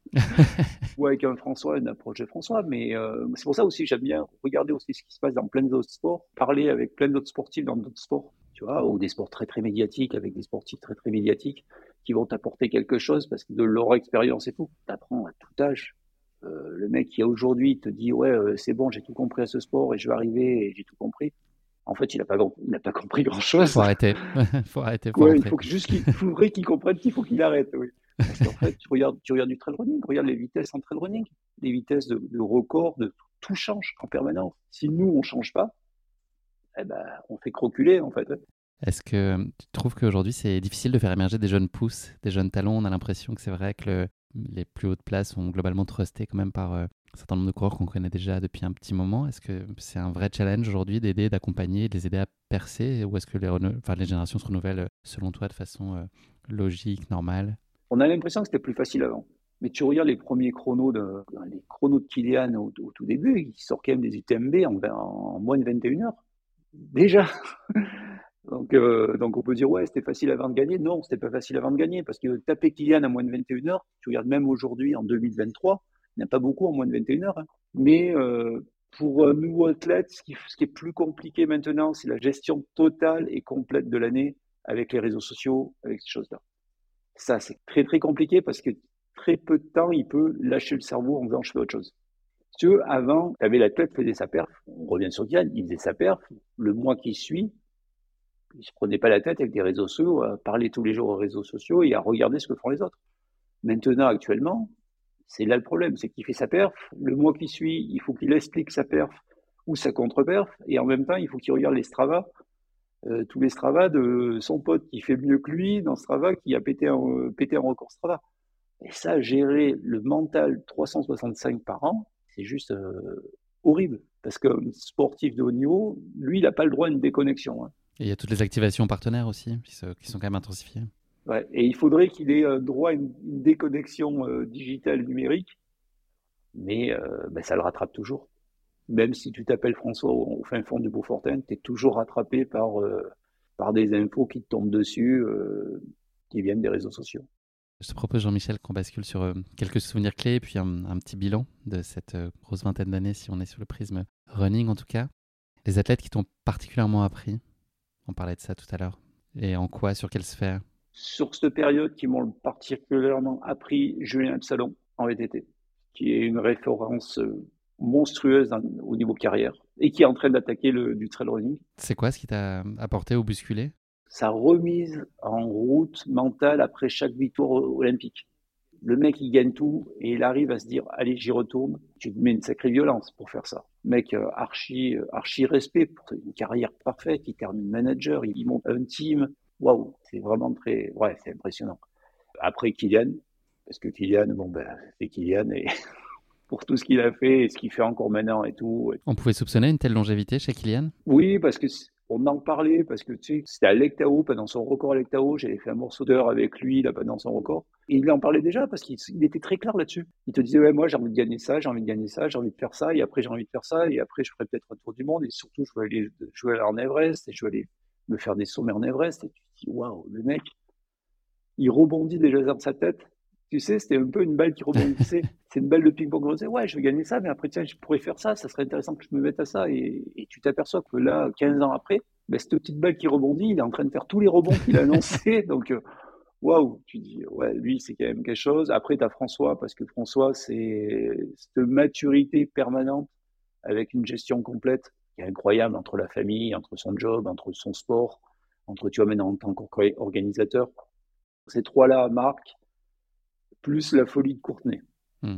Ou avec un François, une approche de François. Mais euh, c'est pour ça aussi, j'aime bien regarder aussi ce qui se passe dans plein d'autres sports, parler avec plein d'autres sportifs dans d'autres sports, tu vois, ou des sports très très médiatiques avec des sportifs très très médiatiques qui vont t'apporter quelque chose parce que de leur expérience et tout. T'apprends à tout âge. Euh, le mec qui aujourd'hui te dit ouais euh, c'est bon j'ai tout compris à ce sport et je vais arriver et j'ai tout compris. En fait il n'a pas il n'a pas compris grand chose. Faut arrêter. Faut arrêter, faut Ouais, il rentrer. faut que juste qu'il faudrait qu'il comprenne qu'il faut qu'il arrête. Oui. Parce qu'en fait, tu regardes, tu regardes du trail running, regarde les vitesses en trail running, les vitesses de, de record, de tout change en permanence. Si nous on change pas, eh ben on fait croculer en fait. Est-ce que tu trouves qu'aujourd'hui, c'est difficile de faire émerger des jeunes pousses, des jeunes talons? On a l'impression que c'est vrai que le- les plus hautes places sont globalement trustées quand même par euh, un certain nombre de coureurs qu'on connaît déjà depuis un petit moment. Est-ce que c'est un vrai challenge aujourd'hui d'aider, d'accompagner, de les aider à percer? Ou est-ce que les, reno- enfin, les générations se renouvellent, euh, selon toi, de façon euh, logique, normale? On a l'impression que c'était plus facile avant. Mais tu regardes les premiers chronos de, les chronos de Kylian au, au tout début, il sort quand même des U T M B en, vingt en moins de vingt et une heures. Déjà. Donc, euh, donc on peut dire ouais c'était facile avant de gagner. Non, c'était pas facile avant de gagner parce que taper Kylian à moins de vingt et une heures, tu regardes même aujourd'hui en deux mille vingt-trois, il n'y a pas beaucoup en moins de vingt et une heures. Hein. Mais euh, pour un nouveau athlète, ce qui, ce qui est plus compliqué maintenant, c'est la gestion totale et complète de l'année avec les réseaux sociaux, avec ces choses-là. Ça, c'est très très compliqué parce que très peu de temps, il peut lâcher le cerveau en disant je fais autre chose. Si tu veux, avant, tu avais l'athlète qui faisait sa perf, on revient sur Kylian, il faisait sa perf, le mois qui suit, il ne se prenait pas la tête avec des réseaux sociaux, à parler tous les jours aux réseaux sociaux et à regarder ce que font les autres. Maintenant, actuellement, c'est là le problème, c'est qu'il fait sa perf, le mois qui suit, il faut qu'il explique sa perf ou sa contre-perf, et en même temps, il faut qu'il regarde les Strava, euh, tous les Strava de son pote qui fait mieux que lui dans Strava, qui a pété un, euh, pété un record Strava. Et ça, gérer le mental trois cent soixante-cinq par an, c'est juste euh, horrible. Parce qu'un sportif de haut niveau, lui, il n'a pas le droit à une déconnexion. Hein. Et il y a toutes les activations partenaires aussi, qui, se- qui sont quand même intensifiées. Ouais. Et il faudrait qu'il ait euh, droit à une, une déconnexion euh, digitale numérique, mais euh, ben, ça le rattrape toujours. Même si tu t'appelles François au, au fin fond du Beaufortin, tu es toujours rattrapé par, euh, par des infos qui te tombent dessus, euh, qui viennent des réseaux sociaux. Je te propose, Jean-Michel, qu'on bascule sur euh, quelques souvenirs clés, puis un, un petit bilan de cette euh, grosse vingtaine d'années, si on est sur le prisme running en tout cas. Les athlètes qui t'ont particulièrement appris, on parlait de ça tout à l'heure, et en quoi, sur quelle sphère? Sur cette période, qui m'ont particulièrement appris Julien Absalon en V T T, qui est une référence euh, monstrueuse dans, au niveau carrière et qui est en train d'attaquer le, du trail running. C'est quoi ce qui t'a apporté ou bousculé? Sa remise en route mentale après chaque victoire olympique. Le mec, il gagne tout et il arrive à se dire allez, j'y retourne. Tu te mets une sacrée violence pour faire ça. Mec, euh, archi, euh, archi respect pour une carrière parfaite. Il termine manager, il monte un team. Waouh, c'est vraiment très, ouais, c'est impressionnant. Après Kylian, parce que Kylian, bon ben, c'est Kylian et pour tout ce qu'il a fait et ce qu'il fait encore maintenant et tout. On pouvait soupçonner une telle longévité chez Kylian? Oui, parce que on en parlait, parce que tu sais, c'était à Lake Tahoe, pendant son record à Lake Tahoe, j'avais fait un morceau d'heure avec lui là pendant son record. Et il en parlait déjà parce qu'il il était très clair là-dessus. Il te disait ouais moi j'ai envie de gagner ça, j'ai envie de gagner ça, j'ai envie de faire ça, et après j'ai envie de faire ça, et après je ferai peut-être un tour du monde, et surtout je vais aller je vais aller en Everest, et je vais aller me faire des sommets en Everest. Et tu te dis waouh, le mec, il rebondit déjà dans sa tête. Tu sais, c'était un peu une balle qui rebondissait. C'est une balle de ping-pong. On disait, ouais, je vais gagner ça, mais après, tiens, je pourrais faire ça, ça serait intéressant que je me mette à ça. Et, et tu t'aperçois que là, quinze ans après, ben, cette petite balle qui rebondit, il est en train de faire tous les rebonds qu'il a lancés. Donc, waouh, wow, tu dis, ouais, lui, c'est quand même quelque chose. Après, tu as François, parce que François, c'est cette maturité permanente avec une gestion complète qui est incroyable entre la famille, entre son job, entre son sport, entre, tu vois, maintenant en tant qu'organisateur. Ces trois-là marquent plus la folie de Courtenay. Hmm.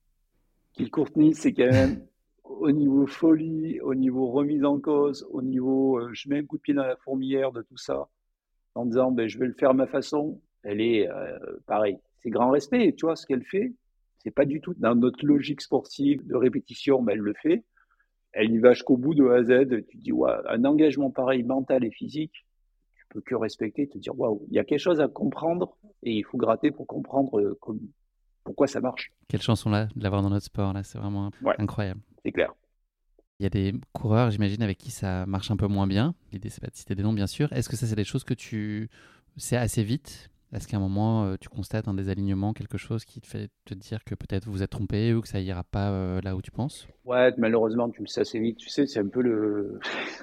Qui Courtenay, c'est quand même au niveau folie, au niveau remise en cause, au niveau euh, je mets un coup de pied dans la fourmilière de tout ça, en disant ben, je vais le faire à ma façon. Elle est euh, pareil, c'est grand respect, tu vois, ce qu'elle fait, c'est pas du tout dans notre logique sportive de répétition, ben, elle le fait. Elle y va jusqu'au bout de A à Z. Tu te dis, ouais, un engagement pareil, mental et physique, tu peux que respecter, te dire, waouh, il y a quelque chose à comprendre et il faut gratter pour comprendre euh, comme- pourquoi ça marche. Quelle chanson là de l'avoir dans notre sport là, c'est vraiment Ouais, incroyable. c'est clair. Il y a des coureurs, j'imagine, avec qui ça marche un peu moins bien. L'idée, c'est pas de citer des noms, bien sûr. Est-ce que ça, c'est des choses que tu sais assez vite? Est-ce qu'à un moment, euh, tu constates un désalignement, quelque chose qui te fait te dire que peut-être vous vous êtes trompé ou que ça ira pas euh, là où tu penses? Ouais, malheureusement, tu le sais assez vite. Tu sais, c'est un peu le.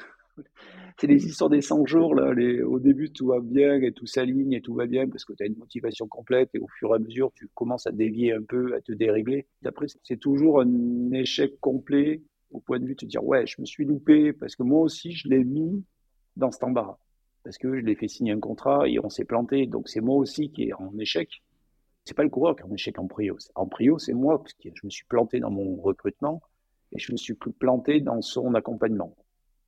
C'est les histoires des cent jours, là. Les... Au début, tout va bien et tout s'aligne et tout va bien parce que tu as une motivation complète et au fur et à mesure, tu commences à dévier un peu, à te dérégler. Après, c'est toujours un échec complet au point de vue de te dire, ouais, je me suis loupé parce que moi aussi, je l'ai mis dans cet embarras. Parce que je l'ai fait signer un contrat et on s'est planté. Donc, c'est moi aussi qui est en échec. C'est pas le coureur qui est en échec en prio. En prio, c'est moi parce que je me suis planté dans mon recrutement et je me suis planté dans son accompagnement.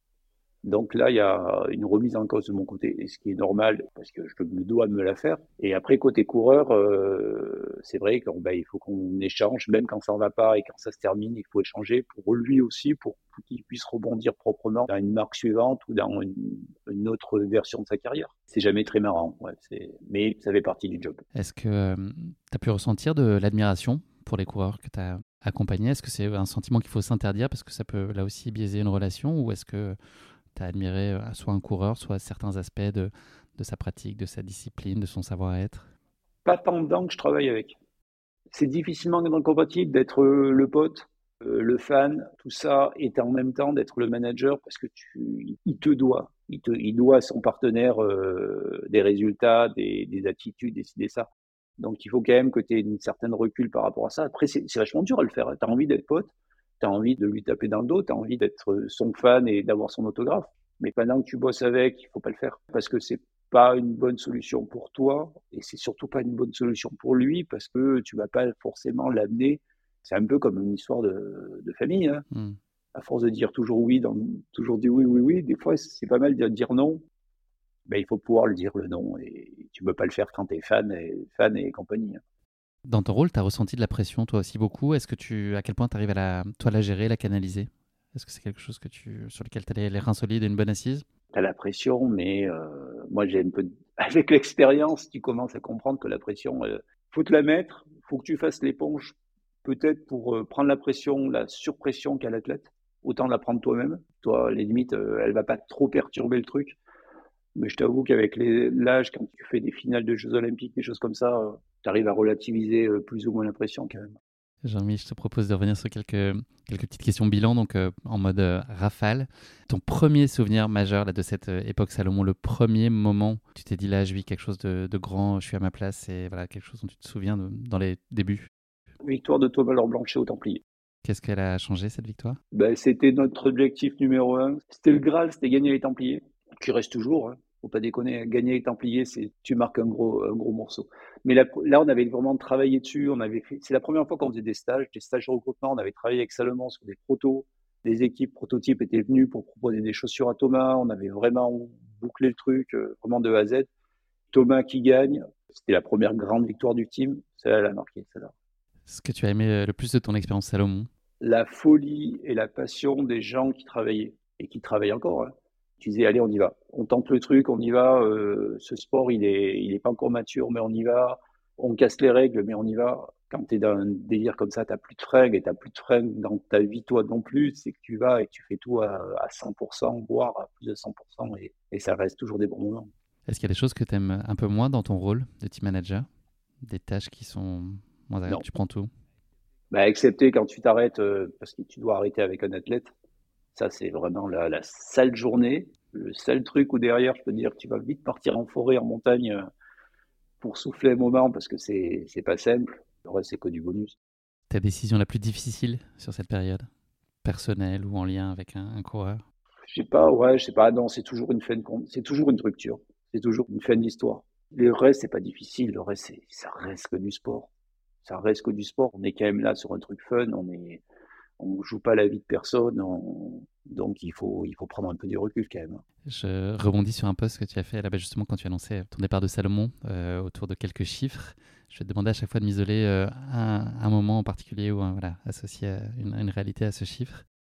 Donc là, il y a une remise en cause de mon côté, et ce qui est normal parce que je me dois de me la faire. Et après, côté coureur, euh, c'est vrai qu'il ben, faut qu'on échange, même quand ça ne va pas et quand ça se termine, il faut échanger pour lui aussi, pour, pour qu'il puisse rebondir proprement dans une marque suivante ou dans une, une autre version de sa carrière. C'est jamais très marrant, ouais, c'est... mais ça fait partie du job. Est-ce que tu as pu ressentir de l'admiration pour les coureurs que tu as accompagnés? Est-ce que c'est un sentiment qu'il faut s'interdire parce que ça peut là aussi biaiser une relation? Ou est-ce que tu as admiré euh, soit un coureur, soit certains aspects de, de sa pratique, de sa discipline, de son savoir-être? Pas pendant que je travaille avec. C'est difficilement incompatible d'être euh, le pote, euh, le fan, tout ça, et en même temps d'être le manager parce que tu, il te doit, il, te, il doit à son partenaire euh, des résultats, des, des attitudes, décider ça. Donc il faut quand même que tu aies une certaine recul par rapport à ça. Après, c'est c'est vachement dur à le faire. Tu as envie d'être pote, tu as envie de lui taper dans le dos, tu as envie d'être son fan et d'avoir son autographe. Mais pendant que tu bosses avec, il faut pas le faire parce que c'est pas une bonne solution pour toi et c'est surtout pas une bonne solution pour lui parce que tu vas pas forcément l'amener. C'est un peu comme une histoire de, de famille. Hein. Hmm. À force de dire toujours oui, dans, toujours dire oui, oui, oui, des fois c'est pas mal de dire non. Ben, il faut pouvoir le dire le non et tu peux pas le faire quand tu es fan et, fan et compagnie. Hein. Dans ton rôle, tu as ressenti de la pression toi aussi beaucoup. Est-ce que tu, à quel point tu arrives à la, toi, la gérer, la canaliser? Est-ce que c'est quelque chose que tu, sur lequel tu as les, les reins solides et une bonne assise? Tu as la pression, mais euh, moi j'ai un peu, de... avec l'expérience, tu commences à comprendre que la pression, il euh, faut te la mettre, faut que tu fasses l'éponge, peut-être pour euh, prendre la pression, la surpression qu'a l'athlète, autant la prendre toi-même. Toi, les limites, euh, elle va pas trop perturber le truc. Mais je t'avoue qu'avec les- l'âge, quand tu fais des finales de Jeux Olympiques, des choses comme ça, euh, tu arrives à relativiser euh, plus ou moins la pression quand même. Jean-Mi, je te propose de revenir sur quelques, quelques petites questions bilan, donc euh, en mode euh, rafale. Ton premier souvenir majeur là, de cette euh, époque Salomon, le premier moment où tu t'es dit là, je vis quelque chose de, de grand, je suis à ma place, et voilà, quelque chose dont tu te souviens de- dans les débuts. Victoire de Thomas Laure-Blanchet au Templiers. Qu'est-ce qu'elle a changé, cette victoire? Ben, c'était notre objectif numéro un. C'était le Graal, c'était gagner les Templiers, qui reste toujours. Hein. Faut pas déconner, gagner les Templiers, c'est tu marques un gros, un gros morceau. Mais là, là, on avait vraiment travaillé dessus. On avait fait, c'est la première fois qu'on faisait des stages, des stages de recrutement. On avait travaillé avec Salomon sur des protos. Les équipes prototypes étaient venues pour proposer des chaussures à Thomas. On avait vraiment bouclé le truc, euh, vraiment de A à Z. Thomas qui gagne, c'était la première grande victoire du team. Ça, elle a marqué, celle-là. Ce que tu as aimé euh, le plus de ton expérience Salomon? La folie et la passion des gens qui travaillaient et qui travaillent encore. Hein. Tu disais, allez, on y va. On tente le truc, on y va. Euh, ce sport, il est, il est pas encore mature, mais on y va. On casse les règles, mais on y va. Quand tu es dans un délire comme ça, tu n'as plus de fringues et tu n'as plus de fringues dans ta vie, toi non plus. C'est que tu vas et tu fais tout à, à cent pour cent, voire à plus de cent pour cent, et, et ça reste toujours des bons moments. Est-ce qu'il y a des choses que tu aimes un peu moins dans ton rôle de team manager? Des tâches qui sont moins agréables, Non. tu prends tout? Bah, excepté quand tu t'arrêtes, euh, parce que tu dois arrêter avec un athlète. Ça, c'est vraiment la, la sale journée. Le seul truc où derrière, je peux te dire que tu vas vite partir en forêt, en montagne euh, pour souffler un moment parce que c'est c'est pas simple. Le reste, c'est que du bonus. Ta décision la plus difficile sur cette période, personnelle ou en lien avec un, un coureur? Je sais pas, ouais, je sais pas. Non, c'est toujours une fin de compte. C'est toujours une rupture. C'est toujours une fin d'histoire. Le reste, c'est pas difficile. Le reste, c'est, ça reste que du sport. Ça reste que du sport. On est quand même là sur un truc fun. On est, on joue pas la vie de personne. On- donc, il faut, il faut prendre un peu du recul quand même. Je rebondis sur un post que tu as fait là-bas justement quand tu as annoncé ton départ de Salomon euh, autour de quelques chiffres. Je vais te demander à chaque fois de m'isoler euh, un, un moment en particulier ou un, voilà, associé à une, une réalité à ce chiffre.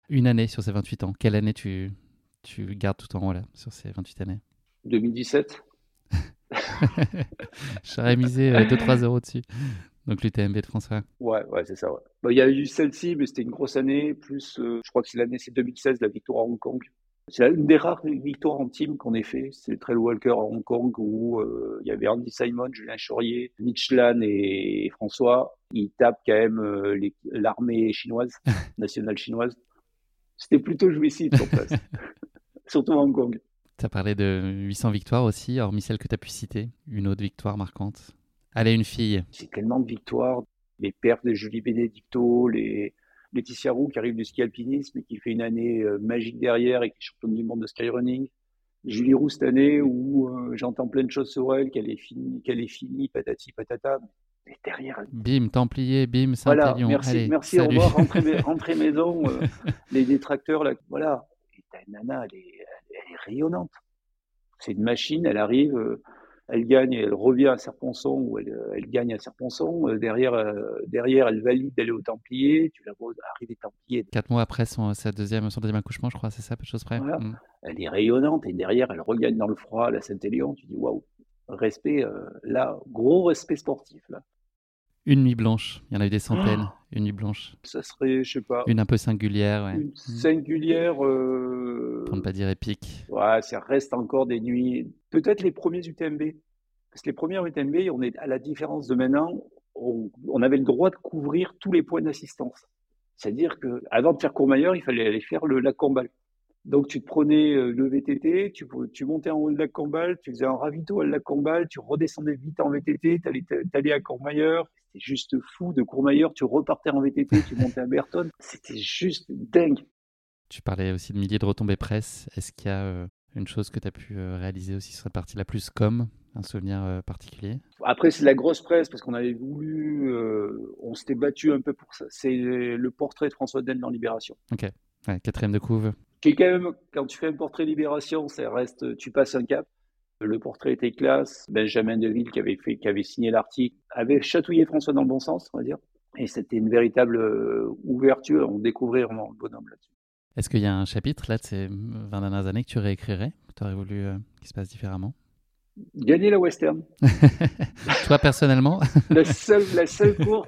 Une année sur ces vingt-huit ans. Quelle année tu, tu gardes tout en haut là, sur ces vingt-huit années? deux mille dix-sept. J'aurais misé euh, deux trois euros dessus. Donc l'U T M B de François. Ouais, ouais, c'est ça. Ouais. Bah, il y a eu celle-ci, mais c'était une grosse année. Plus, euh, je crois que c'est l'année, c'est deux mille seize, la victoire à Hong Kong. C'est une des rares victoires en team qu'on ait fait. C'est le Trail Walker à Hong Kong où euh, il y avait Andy Simon, Julien Chaurier, Mitch Lan et, et François. Ils tapent quand même euh, les- l'armée chinoise, nationale chinoise. C'était plutôt jouissif sur place, surtout à Hong Kong. Tu as parlé de huit cents victoires aussi, hormis celle que tu as pu citer. Une autre victoire marquante. Elle est une fille. C'est tellement de victoires. Les perfs de Julie Benedicto, les Laetitia Roux qui arrive du ski alpinisme et qui fait une année euh, magique derrière et qui est championne du monde de skyrunning. Julie Roux cette année où euh, j'entends plein de choses sur elle, qu'elle est finie, qu'elle est finie, patati patata. Mais derrière, elle... Bim, Templier, bim, voilà, Saint-Élion. merci, Allez, merci, au salut. revoir, rentrez, rentrez maison, euh, les détracteurs, là, voilà. Et ta nana, elle est, elle, elle est rayonnante. C'est une machine, elle arrive, euh, elle gagne, elle revient à Serponçon, ou elle, euh, elle gagne à Serponçon. Euh, derrière, euh, derrière, elle valide d'aller au Templier. Tu la vois arriver Templier. Quatre mois après son, sa deuxième, son deuxième accouchement, je crois, c'est ça, peu de choses près. Voilà. Mm. Elle est rayonnante et derrière, elle regagne dans le froid à la Saint-Élion. Tu dis waouh, respect, euh, là, gros respect sportif. Là. Une nuit blanche, il y en a eu des centaines. Oh, Une nuit blanche. ça serait, je sais pas, Une un peu singulière, ouais. une Mm. singulière. Pour ne Euh... pas dire épique. Ouais, ça reste encore des nuits. Peut-être les premiers U T M B. Parce que les premières U T M B, on est à la différence de maintenant, on, on avait le droit de couvrir tous les points d'assistance. C'est-à-dire qu'avant de faire Courmayeur, il fallait aller faire le lac Combal. Donc tu te prenais euh, le V T T, tu, tu montais en haut du lac Combal, tu faisais un ravito à lac Combal, tu redescendais vite en V T T, tu allais, allais à Courmayeur. C'était juste fou. De Courmayeur, tu repartais en V T T, tu montais à Berton. C'était juste dingue. Tu parlais aussi de milliers de retombées presse. Est-ce qu'il y a euh, une chose que tu as pu euh, réaliser aussi sur cette partie la plus com, un souvenir euh, particulier? Après, c'est la grosse presse parce qu'on avait voulu, euh, on s'était battu un peu pour ça. C'est le portrait de François Dell dans Libération. Ok, ouais, quatrième de couve. Qui est quand même, quand tu fais un portrait Libération, ça reste, tu passes un cap. Le portrait était classe. Benjamin Deville, qui avait, fait, qui avait signé l'article, avait chatouillé François dans le bon sens, on va dire. Et c'était une véritable euh, ouverture. On découvrait vraiment le bonhomme là-dessus. Est-ce qu'il y a un chapitre là de ces vingt dernières années que tu réécrirais, que tu aurais voulu euh, qu'il se passe différemment? Gagner la Western. Toi personnellement? la, seule, la seule course,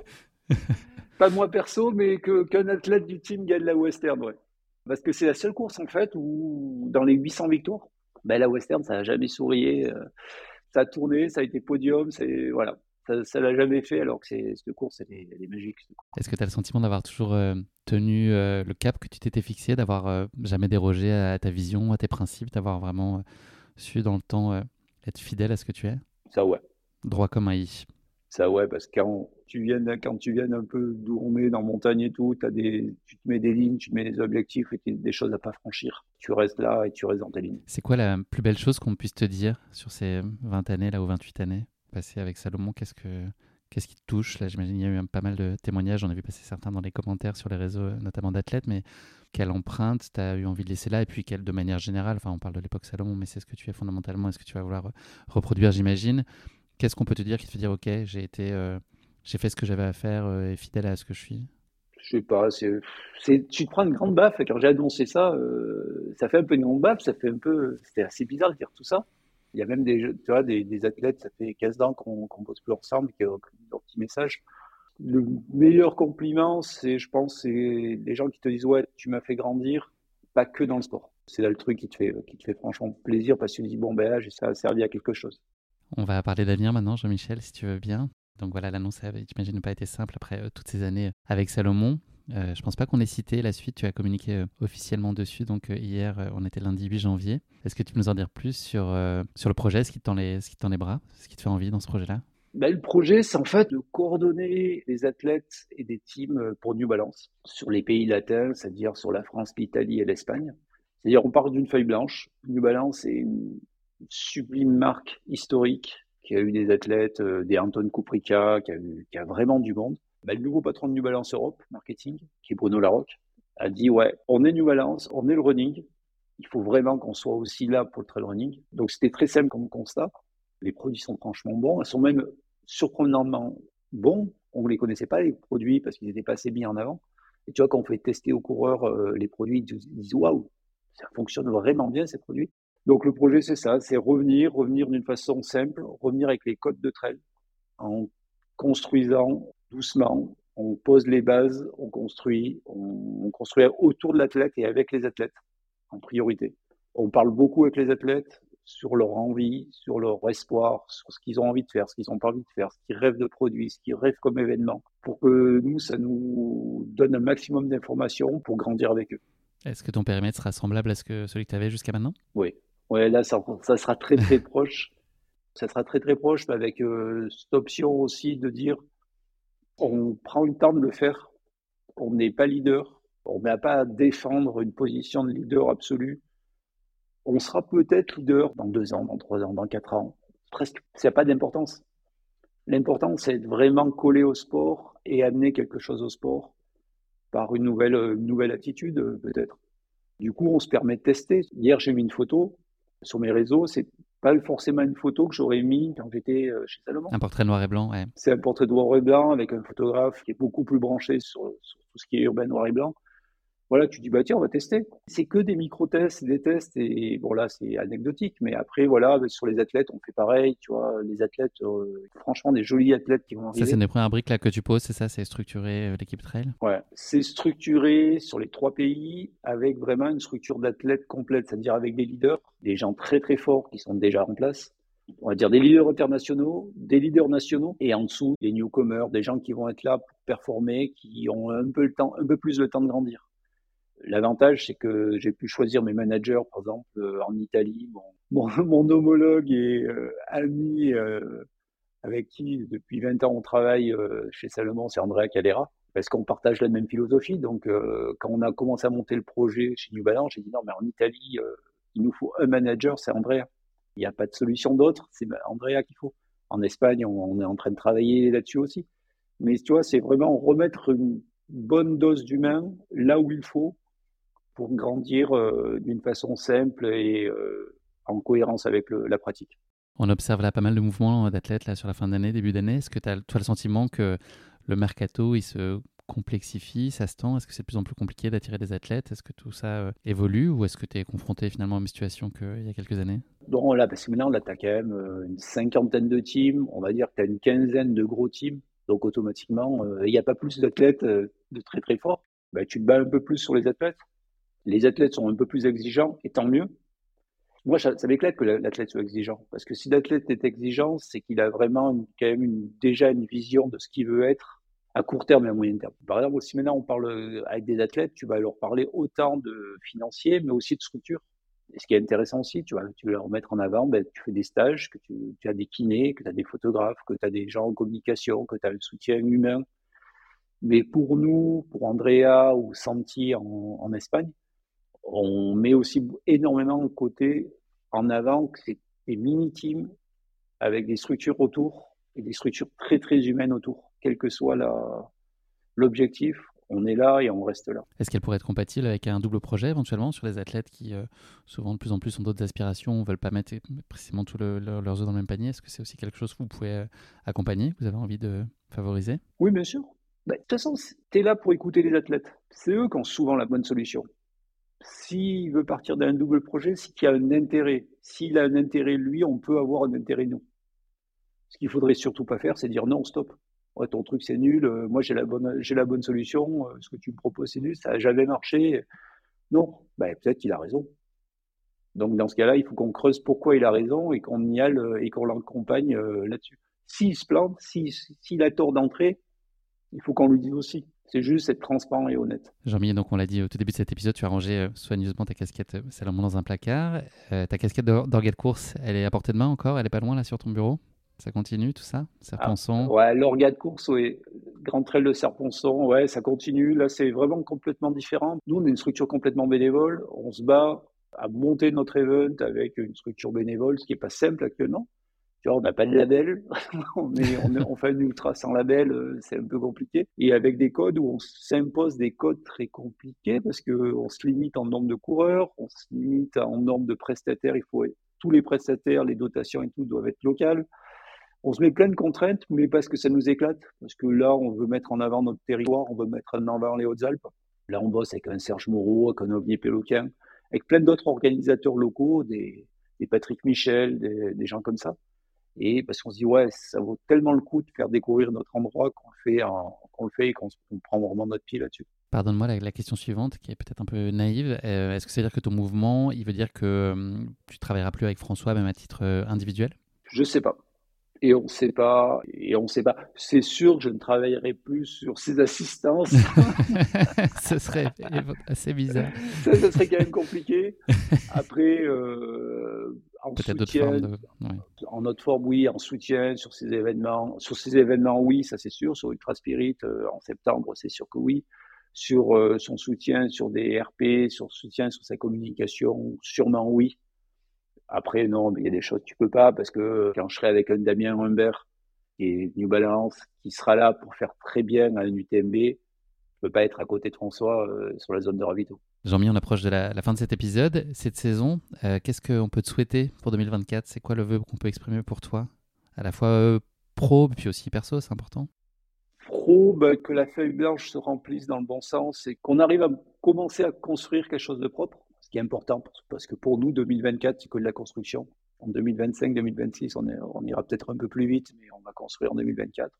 pas moi perso, mais que, qu'un athlète du team gagne la Western, ouais. Parce que c'est la seule course en fait où, dans les huit cents victoires, ben, la Western, ça n'a jamais sourié. Euh, ça a tourné, ça a été podium, c'est, voilà. Ça ne l'a jamais fait alors que c'est, cette course, elle est, elle est magique. Est-ce que tu as le sentiment d'avoir toujours euh, tenu euh, le cap que tu t'étais fixé, d'avoir euh, jamais dérogé à ta vision, à tes principes, d'avoir vraiment euh, su dans le temps euh, être fidèle à ce que tu es? Ça, ouais. Droit comme un i. Ça, ouais, parce que quand tu viens, quand tu viens un peu d'où on est, dans montagne et tout, t'as des, tu te mets des lignes, tu te mets des objectifs et des choses à pas franchir. Tu restes là et tu restes dans tes lignes. C'est quoi la plus belle chose qu'on puisse te dire sur ces vingt années là ou vingt-huit années passées avec Salomon? Qu'est-ce que qu'est-ce qui te touche? Là, j'imagine qu'il y a eu un- pas mal de témoignages, j'en ai vu passer certains dans les commentaires sur les réseaux, notamment d'athlètes, mais quelle empreinte tu as eu envie de laisser là? Et puis, quelle, de manière générale, enfin, on parle de l'époque Salomon, mais c'est ce que tu es fondamentalement, est-ce que tu vas vouloir reproduire, j'imagine? Qu'est-ce qu'on peut te dire qui te fait dire, ok, j'ai été, euh, j'ai fait ce que j'avais à faire euh, et fidèle à ce que je suis? Je sais pas, c'est, c'est, tu te prends une grande baffe et quand j'ai annoncé ça, euh, ça fait un peu une grande baffe, ça fait un peu, c'était assez bizarre de dire tout ça. Il y a même des, tu vois, des, des athlètes, ça fait quinze ans qu'on, qu'on bosse plus ensemble, qui ont leur petit message. Le meilleur compliment, c'est, je pense, c'est les gens qui te disent, ouais, tu m'as fait grandir, pas que dans le sport. C'est là le truc qui te fait, qui te fait franchement plaisir parce que tu te dis, bon, ben là, ça a servi à quelque chose. On va parler d'avenir maintenant, Jean-Michel, si tu veux bien. Donc voilà, l'annonce avait, j'imagine, n'a pas été simple après euh, toutes ces années avec Salomon. Euh, je pense pas qu'on ait cité la suite, tu as communiqué euh, officiellement dessus, donc euh, hier, euh, on était lundi huit janvier. Est-ce que tu peux nous en dire plus sur, euh, sur le projet, ce qui te tend les, ce qui te tend les bras, ce qui te fait envie dans ce projet-là? Ben, le projet, c'est en fait de coordonner les athlètes et des teams pour New Balance sur les pays latins, c'est-à-dire sur la France, l'Italie et l'Espagne. C'est-à-dire on part d'une feuille blanche. New Balance est une sublime marque historique qui a eu des athlètes, euh, des Anton Kuprika, qui a, eu, qui a vraiment du monde. Ben, le nouveau patron de New Balance Europe, marketing, qui est Bruno Larocque, a dit, ouais, on est New Balance, on est le running. Il faut vraiment qu'on soit aussi là pour le trail running. Donc c'était très simple comme constat. Les produits sont franchement bons. Ils sont même surprenamment bons. On ne les connaissait pas, les produits, parce qu'ils n'étaient pas assez mis en avant. Et tu vois, quand on fait tester aux coureurs euh, les produits, ils disent ils disent, waouh, ça fonctionne vraiment bien ces produits. Donc le projet, c'est ça, c'est revenir, revenir d'une façon simple, revenir avec les codes de trail, en construisant doucement, on pose les bases, on construit, on, on construit autour de l'athlète et avec les athlètes en priorité. On parle beaucoup avec les athlètes sur leur envie, sur leur espoir, sur ce qu'ils ont envie de faire, ce qu'ils n'ont pas envie de faire, ce qu'ils rêvent de produits, ce qu'ils rêvent comme événement, pour que nous, ça nous donne un maximum d'informations pour grandir avec eux. Est-ce que ton périmètre sera semblable à ce que celui que tu avais jusqu'à maintenant? Oui, ouais, là, ça, ça sera très très proche. Ça sera très très proche, mais avec euh, cette option aussi de dire on prend le temps de le faire, on n'est pas leader, on n'a pas à défendre une position de leader absolu. On sera peut-être leader dans deux ans, dans trois ans, dans quatre ans. Presque, ça n'a pas d'importance. L'important, c'est de vraiment coller au sport et amener quelque chose au sport par une nouvelle, une nouvelle attitude, peut-être. Du coup, on se permet de tester. Hier, j'ai mis une photo sur mes réseaux. C'est pas forcément une photo que j'aurais mis quand j'étais chez Salomon. Un portrait noir et blanc, ouais. C'est un portrait noir et blanc avec un photographe qui est beaucoup plus branché sur, sur tout ce qui est urbain noir et blanc. Voilà, tu dis, bah tiens, on va tester. C'est que des micro-tests, des tests, et bon là, c'est anecdotique, mais après, voilà, sur les athlètes, on fait pareil, tu vois, les athlètes, euh, franchement, des jolis athlètes qui vont arriver. Ça, c'est une des premières briques là que tu poses, c'est ça, c'est structurer euh, l'équipe trail? Ouais, c'est structuré sur les trois pays avec vraiment une structure d'athlètes complète, c'est-à-dire avec des leaders, des gens très très forts qui sont déjà en place. On va dire des leaders internationaux, des leaders nationaux, et en dessous, des newcomers, des gens qui vont être là pour performer, qui ont un peu le temps, un peu plus le temps de grandir. L'avantage, c'est que j'ai pu choisir mes managers, par exemple, euh, en Italie. Mon, mon, mon homologue et euh, ami euh, avec qui, depuis vingt ans, on travaille euh, chez Salomon, c'est Andrea Calera, parce qu'on partage la même philosophie. Donc, euh, quand on a commencé à monter le projet chez New Balance, j'ai dit non, mais en Italie, euh, il nous faut un manager, c'est Andrea. Il n'y a pas de solution d'autre, c'est Andrea qu'il faut. En Espagne, on, on est en train de travailler là-dessus aussi. Mais tu vois, c'est vraiment remettre une bonne dose d'humain là où il faut pour grandir euh, d'une façon simple et euh, en cohérence avec le, la pratique. On observe là pas mal de mouvements d'athlètes là sur la fin d'année, début d'année. Est-ce que tu as toi le sentiment que le mercato il se complexifie, ça se tend? Est-ce que c'est de plus en plus compliqué d'attirer des athlètes? Est-ce que tout ça euh, évolue ou est-ce que tu es confronté finalement à une situation qu'il y a quelques années? Non, là, parce que maintenant, là, tu as quand même euh, une cinquantaine de teams, on va dire que tu as une quinzaine de gros teams, donc automatiquement, il euh, n'y a pas plus d'athlètes euh, de très très forts. Bah, tu te bats un peu plus sur les athlètes. Les athlètes sont un peu plus exigeants, et tant mieux. Moi, ça, ça m'éclate que l'athlète soit exigeant, parce que si l'athlète est exigeant, c'est qu'il a vraiment une, quand même une, déjà une vision de ce qu'il veut être à court terme et à moyen terme. Par exemple, si maintenant on parle avec des athlètes, tu vas leur parler autant de financier, mais aussi de structure. Et ce qui est intéressant aussi, tu vas, tu vas leur mettre en avant, ben, tu fais des stages, que tu, tu as des kinés, que tu as des photographes, que tu as des gens en communication, que tu as un soutien humain. Mais pour nous, pour Andrea ou Santi en, en Espagne, on met aussi énormément de côté en avant que c'est des mini-teams avec des structures autour et des structures très très humaines autour, quel que soit la, l'objectif. On est là et on reste là. Est-ce qu'elle pourrait être compatible avec un double projet éventuellement sur les athlètes qui, euh, souvent de plus en plus ont d'autres aspirations, ne veulent pas mettre précisément tous le, leur, leurs œufs dans le même panier? Est-ce que c'est aussi quelque chose que vous pouvez euh, accompagner, que vous avez envie de favoriser? Oui, bien sûr. Bah, de toute façon, tu es là pour écouter les athlètes. C'est eux qui ont souvent la bonne solution. S'il veut partir d'un double projet, c'est qu'il y a un intérêt. S'il a un intérêt, lui, on peut avoir un intérêt, nous. Ce qu'il faudrait surtout pas faire, c'est dire non, stop. Ouais, ton truc, c'est nul. Euh, moi, j'ai la bonne, j'ai la bonne solution. Euh, ce que tu me proposes, c'est nul. Ça n'a jamais marché. Non, ben, peut-être qu'il a raison. Donc, dans ce cas-là, il faut qu'on creuse pourquoi il a raison et qu'on y aille euh, et qu'on l'accompagne euh, là-dessus. S'il se plante, s'il, s'il a tort d'entrée, il faut qu'on lui dise aussi. C'est juste être transparent et honnête. Jean-Mi, donc on l'a dit au tout début de cet épisode, tu as rangé euh, soigneusement ta casquette euh, Salomon dans un placard. Euh, ta casquette d'orga de course, elle est à portée de main encore? Elle est pas loin là sur ton bureau? Ça continue tout ça? Serponçon? Ah, ouais, l'orga de course, ouais. Grand Trail de Serponçon, ouais, ça continue. Là, c'est vraiment complètement différent. Nous, on est une structure complètement bénévole. On se bat à monter notre event avec une structure bénévole, ce qui n'est pas simple actuellement. Tu vois, on n'a pas de label, on, est, on, est, on fait un ultra sans label, c'est un peu compliqué. Et avec des codes où on s'impose des codes très compliqués parce qu'on se limite en nombre de coureurs, on se limite en nombre de prestataires. Il faut tous les prestataires, les dotations et tout doivent être locales. On se met plein de contraintes, mais parce que ça nous éclate. Parce que là, on veut mettre en avant notre territoire, on veut mettre en avant les Hautes-Alpes. Là, on bosse avec un Serge Moreau, avec un Olivier Péloquin, avec plein d'autres organisateurs locaux, des, des Patrick Michel, des, des gens comme ça. Et parce qu'on se dit, ouais, ça vaut tellement le coup de faire découvrir notre endroit qu'on le fait, en, qu'on le fait et qu'on, qu'on prend vraiment notre pied là-dessus. Pardonne-moi la, la question suivante, qui est peut-être un peu naïve. Euh, est-ce que ça veut dire que ton mouvement, il veut dire que euh, tu ne travailleras plus avec François, même à titre euh, individuel ? Je sais pas. Et on ne sait pas. Et on sait pas. C'est sûr que je ne travaillerai plus sur ses assistances. Ce serait assez bizarre. Ça, ça serait quand même compliqué. Après, euh, en peut-être soutien, d'autres formes de... ouais. en autre forme, oui, en soutien sur ces événements. Sur ces événements, oui, ça c'est sûr. Sur Ultra Spirit, euh, en septembre, c'est sûr que oui. Sur euh, son soutien sur des R P, sur soutien sur sa communication, sûrement oui. Après, non, mais il y a des choses que tu peux pas, parce que quand je serai avec un Damien Humbert, qui est New Balance, qui sera là pour faire très bien à un U T M B, je peux pas être à côté de François euh, sur la zone de ravito. Jean-Mi, on approche de la, la fin de cet épisode, cette saison. Euh, qu'est-ce qu'on peut te souhaiter pour deux mille vingt-quatre ? C'est quoi le vœu qu'on peut exprimer pour toi ? À la fois euh, pro, puis aussi perso, c'est important. Pro, bah, que la feuille blanche se remplisse dans le bon sens et qu'on arrive à commencer à construire quelque chose de propre. Ce qui est important, parce que pour nous, deux mille vingt-quatre, c'est que de la construction. En deux mille vingt-cinq, deux mille vingt-six, on, est, on ira peut-être un peu plus vite, mais on va construire en deux mille vingt-quatre.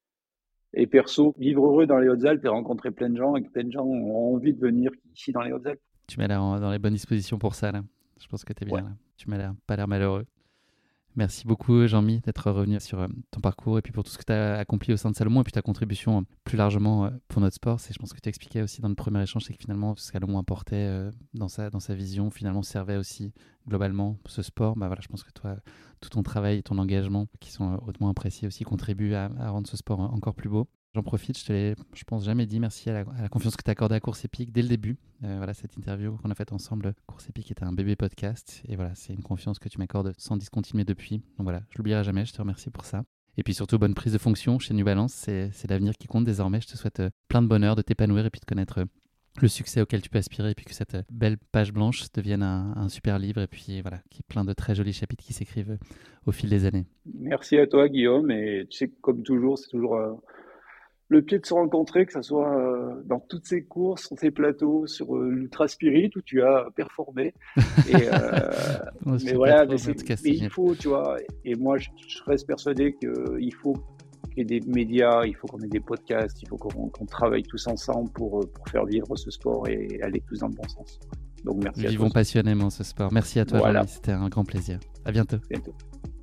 Et perso, vivre heureux dans les Hautes-Alpes et rencontrer plein de gens, et que plein de gens ont envie de venir ici dans les Hautes-Alpes. Tu m'as l'air dans les bonnes dispositions pour ça, là. Je pense que tu es bien, ouais. Là. Tu m'as l'air pas l'air malheureux. Merci beaucoup, Jean-Mi, d'être revenu sur euh, ton parcours et puis pour tout ce que tu as accompli au sein de Salomon et puis ta contribution euh, plus largement euh, pour notre sport. C'est, je pense que tu expliquais aussi dans le premier échange, c'est que finalement, ce que Salomon apportait euh, dans, sa, dans sa vision, finalement, servait aussi globalement ce sport. Bah, voilà, je pense que toi, tout ton travail et ton engagement, qui sont hautement appréciés aussi, contribuent à, à rendre ce sport encore plus beau. J'en profite, je te l'ai, je pense, jamais dit merci à la, à la confiance que tu as accordée à Course Épique dès le début. Euh, voilà, cette interview qu'on a faite ensemble, Course Épique était un bébé podcast. Et voilà, c'est une confiance que tu m'accordes sans discontinuer depuis. Donc voilà, je l'oublierai jamais, je te remercie pour ça. Et puis surtout, bonne prise de fonction chez New Balance. C'est, c'est l'avenir qui compte désormais. Je te souhaite plein de bonheur, de t'épanouir et puis de connaître le succès auquel tu peux aspirer. Et puis que cette belle page blanche devienne un, un super livre. Et puis voilà, qu'il y ait plein de très jolis chapitres qui s'écrivent au fil des années. Merci à toi, Guillaume. Et tu sais, comme toujours, c'est toujours... Euh... le pied de se rencontrer, que ce soit euh, dans toutes ces courses, sur ces plateaux, sur euh, l'Ultra Spirit où tu as performé. Et, euh, bon, mais voilà, mais, mais il faut, tu vois, et moi je, je reste persuadé qu'il faut qu'il y ait des médias, il faut qu'on ait des podcasts, il faut qu'on, qu'on travaille tous ensemble pour, pour faire vivre ce sport et aller tous dans le bon sens. Donc merci Vivons à tous. Vivons passionnément ce sport. Merci à toi, voilà. Jean-Mi, c'était un grand plaisir. À bientôt. bientôt.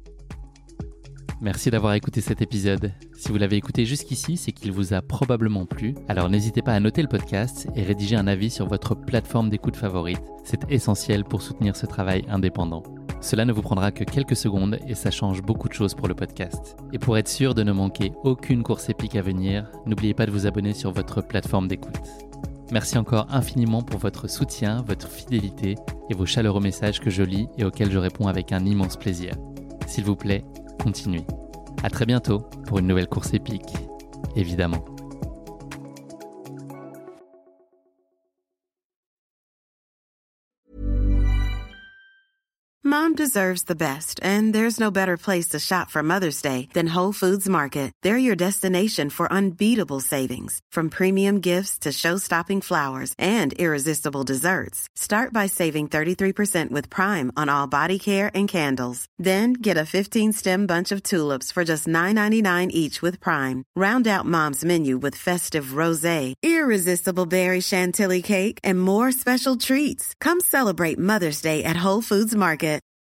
Merci d'avoir écouté cet épisode. Si vous l'avez écouté jusqu'ici, c'est qu'il vous a probablement plu. Alors n'hésitez pas à noter le podcast et rédiger un avis sur votre plateforme d'écoute favorite. C'est essentiel pour soutenir ce travail indépendant. Cela ne vous prendra que quelques secondes et ça change beaucoup de choses pour le podcast. Et pour être sûr de ne manquer aucune course épique à venir, n'oubliez pas de vous abonner sur votre plateforme d'écoute. Merci encore infiniment pour votre soutien, votre fidélité et vos chaleureux messages que je lis et auxquels je réponds avec un immense plaisir. S'il vous plaît, continuez. À très bientôt pour une nouvelle course épique, évidemment. Mom deserves the best, and there's no better place to shop for Mother's Day than Whole Foods Market. They're your destination for unbeatable savings, from premium gifts to show-stopping flowers and irresistible desserts. Start by saving thirty-three percent with Prime on all body care and candles. Then get a fifteen-stem bunch of tulips for just nine ninety-nine each with Prime. Round out Mom's menu with festive rosé, irresistible berry chantilly cake, and more special treats. Come celebrate Mother's Day at Whole Foods Market.